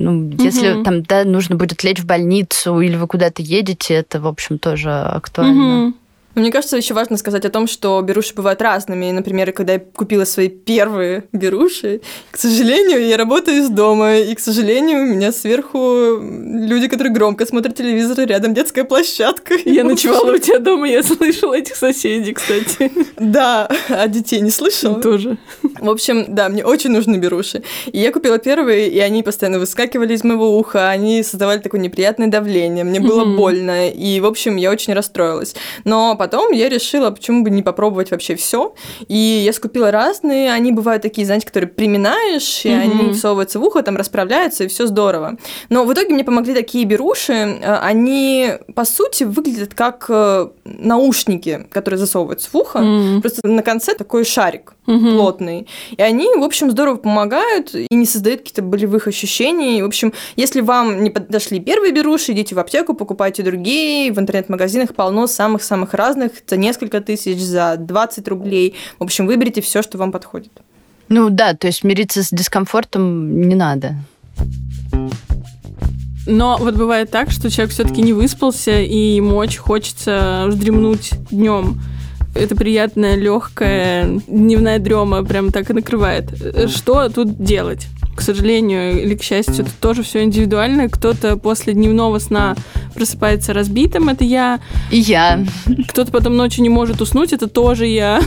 если там, да, нужно будет лечь в больницу или вы куда-то едете, это, в общем, тоже актуально. Мне кажется, еще важно сказать о том, что беруши бывают разными. Например, когда я купила свои первые беруши, к сожалению, я работаю из дома, и, к сожалению, у меня сверху люди, которые громко смотрят телевизор, рядом детская площадка. Я ночевала у тебя дома, я слышала этих соседей, кстати. Да, а детей не слышала? Тоже. В общем, да, мне очень нужны беруши. И я купила первые, и они постоянно выскакивали из моего уха, они создавали такое неприятное давление, мне было больно, и, в общем, я очень расстроилась. Но потом я решила, почему бы не попробовать вообще все. И я скупила разные. Они бывают такие, знаете, которые приминаешь, и они всовываются в ухо, там расправляются, и все здорово. Но в итоге мне помогли такие беруши. Они, по сути, выглядят как наушники, которые засовываются в ухо. Просто на конце такой шарик плотный. И они, в общем, здорово помогают и не создают каких-то болевых ощущений. В общем, если вам не подошли первые беруши, идите в аптеку, покупайте другие. В интернет-магазинах полно самых-самых разных, за несколько тысяч, за 20 рублей. В общем, выберите все, что вам подходит. Ну да, то есть мириться с дискомфортом не надо. Но вот бывает так, что человек все-таки не выспался, и ему очень хочется вздремнуть днем. Это приятная, легкая дневная дрема прям так и накрывает. Что тут делать? К сожалению или к счастью, это тоже все индивидуально. Кто-то после дневного сна просыпается разбитым, это я. И я. Кто-то потом ночью не может уснуть, это тоже я.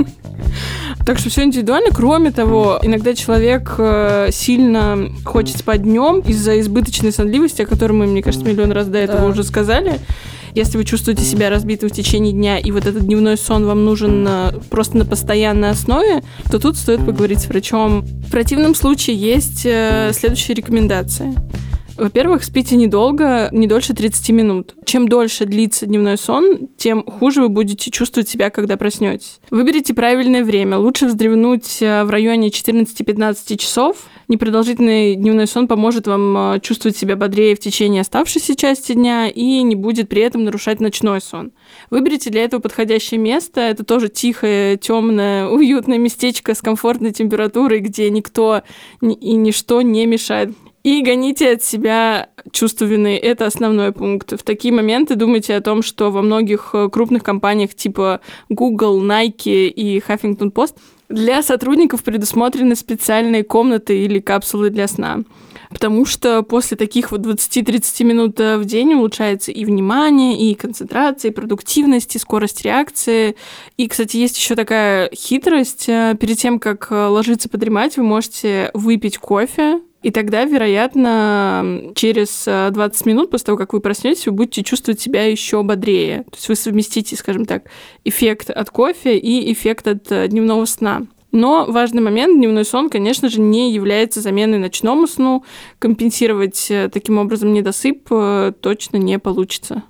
Так что все индивидуально. Кроме того, иногда человек сильно хочет спать днем из-за избыточной сонливости, о которой мы, мне кажется, миллион раз до этого уже сказали. Если вы чувствуете себя разбитым в течение дня, и вот этот дневной сон вам нужен просто на постоянной основе, то тут стоит поговорить с врачом. В противном случае есть следующие рекомендации. Во-первых, спите недолго, не дольше 30 минут. Чем дольше длится дневной сон, тем хуже вы будете чувствовать себя, когда проснетесь. Выберите правильное время. Лучше вздремнуть в районе 14-15 часов. Непродолжительный дневной сон поможет вам чувствовать себя бодрее в течение оставшейся части дня и не будет при этом нарушать ночной сон. Выберите для этого подходящее место. Это тоже тихое, темное, уютное местечко с комфортной температурой, где никто и ничто не мешает. И гоните от себя чувство вины. Это основной пункт. В такие моменты думайте о том, что во многих крупных компаниях типа Google, Nike и Huffington Post для сотрудников предусмотрены специальные комнаты или капсулы для сна. Потому что после таких вот 20-30 минут в день улучшается и внимание, и концентрация, и продуктивность, и скорость реакции. И, кстати, есть еще такая хитрость. Перед тем, как ложиться подремать, вы можете выпить кофе. И тогда, вероятно, через 20 минут после того, как вы проснетесь, вы будете чувствовать себя еще бодрее. То есть вы совместите, скажем так, эффект от кофе и эффект от дневного сна. Но важный момент, дневной сон, конечно же, не является заменой ночному сну. Компенсировать таким образом недосып точно не получится.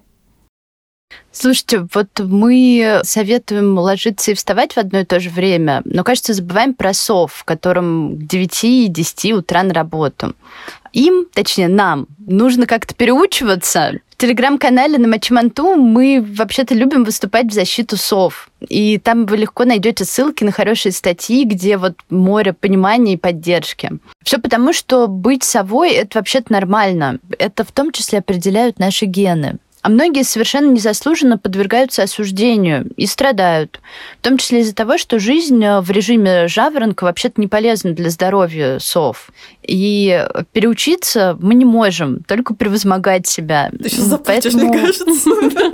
Слушайте, вот мы советуем ложиться и вставать в одно и то же время, но, кажется, забываем про сов, которым к 9 и 10 утра на работу. Им, точнее, нам, нужно как-то переучиваться. В телеграм-канале на Мачи-Манту мы вообще-то любим выступать в защиту сов. И там вы легко найдете ссылки на хорошие статьи, где вот море понимания и поддержки. Все потому, что быть совой — это вообще-то нормально. Это в том числе определяют наши гены. А многие совершенно незаслуженно подвергаются осуждению и страдают. В том числе из-за того, что жизнь в режиме жаворонка вообще-то не полезна для здоровья сов. И переучиться мы не можем, только превозмогать себя. Ты сейчас заплачешь, мне кажется.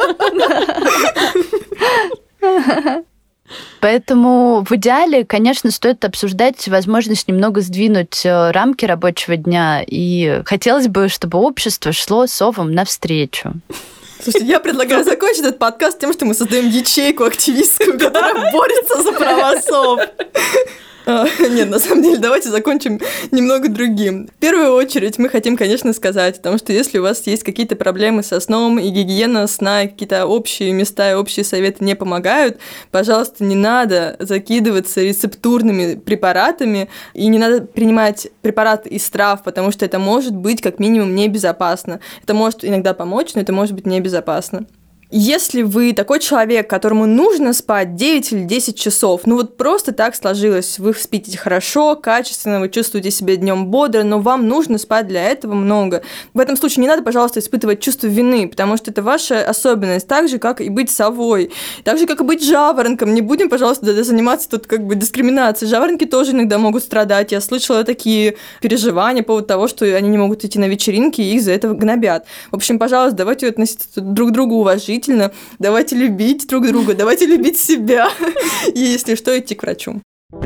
Поэтому в идеале, конечно, стоит обсуждать возможность немного сдвинуть рамки рабочего дня. И хотелось бы, чтобы общество шло совам навстречу. Слушайте, я предлагаю закончить этот подкаст тем, что мы создаем ячейку активистскую, которая борется за права сов. Нет, на самом деле, давайте закончим немного другим. В первую очередь мы хотим, конечно, сказать о том, что если у вас есть какие-то проблемы со сном и гигиена сна, и какие-то общие места и общие советы не помогают, пожалуйста, не надо закидываться рецептурными препаратами и не надо принимать препараты из трав, потому что это может быть как минимум небезопасно. Это может иногда помочь, но это может быть небезопасно. Если вы такой человек, которому нужно спать 9 или 10 часов, ну вот просто так сложилось, вы спите хорошо, качественно, вы чувствуете себя днем бодро, но вам нужно спать для этого много. В этом случае не надо, пожалуйста, испытывать чувство вины, потому что это ваша особенность, так же, как и быть совой, так же, как и быть жаворонком. Не будем, пожалуйста, заниматься тут как бы дискриминацией. Жаворонки тоже иногда могут страдать. Я слышала такие переживания по поводу того, что они не могут идти на вечеринки, и их за это гнобят. В общем, пожалуйста, давайте относиться друг к другу уважительно. Давайте любить друг друга, давайте любить себя. И если что, идти к врачу.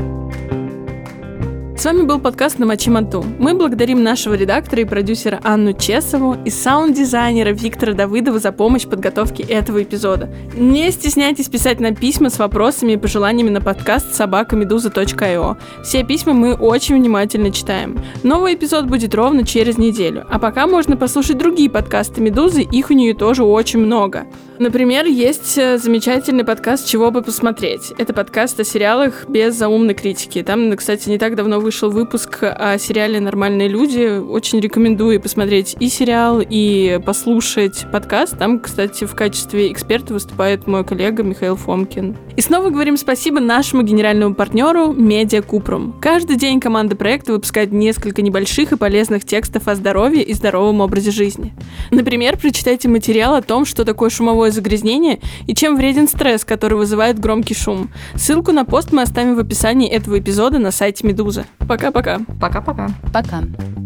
С вами был подкаст «На Мачи-Манту». Мы благодарим нашего редактора и продюсера Анну Чесову и саунд-дизайнера Виктора Давыдова за помощь в подготовке этого эпизода. Не стесняйтесь писать нам письма с вопросами и пожеланиями на подкаст @meduza.io. Все письма мы очень внимательно читаем. Новый эпизод будет ровно через неделю. А пока можно послушать другие подкасты Медузы, их у нее тоже очень много. Например, есть замечательный подкаст «Чего бы посмотреть». Это подкаст о сериалах без заумной критики. Там, кстати, не так давно вышел выпуск о сериале «Нормальные люди». Очень рекомендую посмотреть и сериал, и послушать подкаст. Там, кстати, в качестве эксперта выступает мой коллега Михаил Фомкин. И снова говорим спасибо нашему генеральному партнеру Медиа Купрум. Каждый день команда проекта выпускает несколько небольших и полезных текстов о здоровье и здоровом образе жизни. Например, прочитайте материал о том, что такое шумовое загрязнение и чем вреден стресс, который вызывает громкий шум. Ссылку на пост мы оставим в описании этого эпизода на сайте Медузы. Пока-пока. Пока-пока. Пока.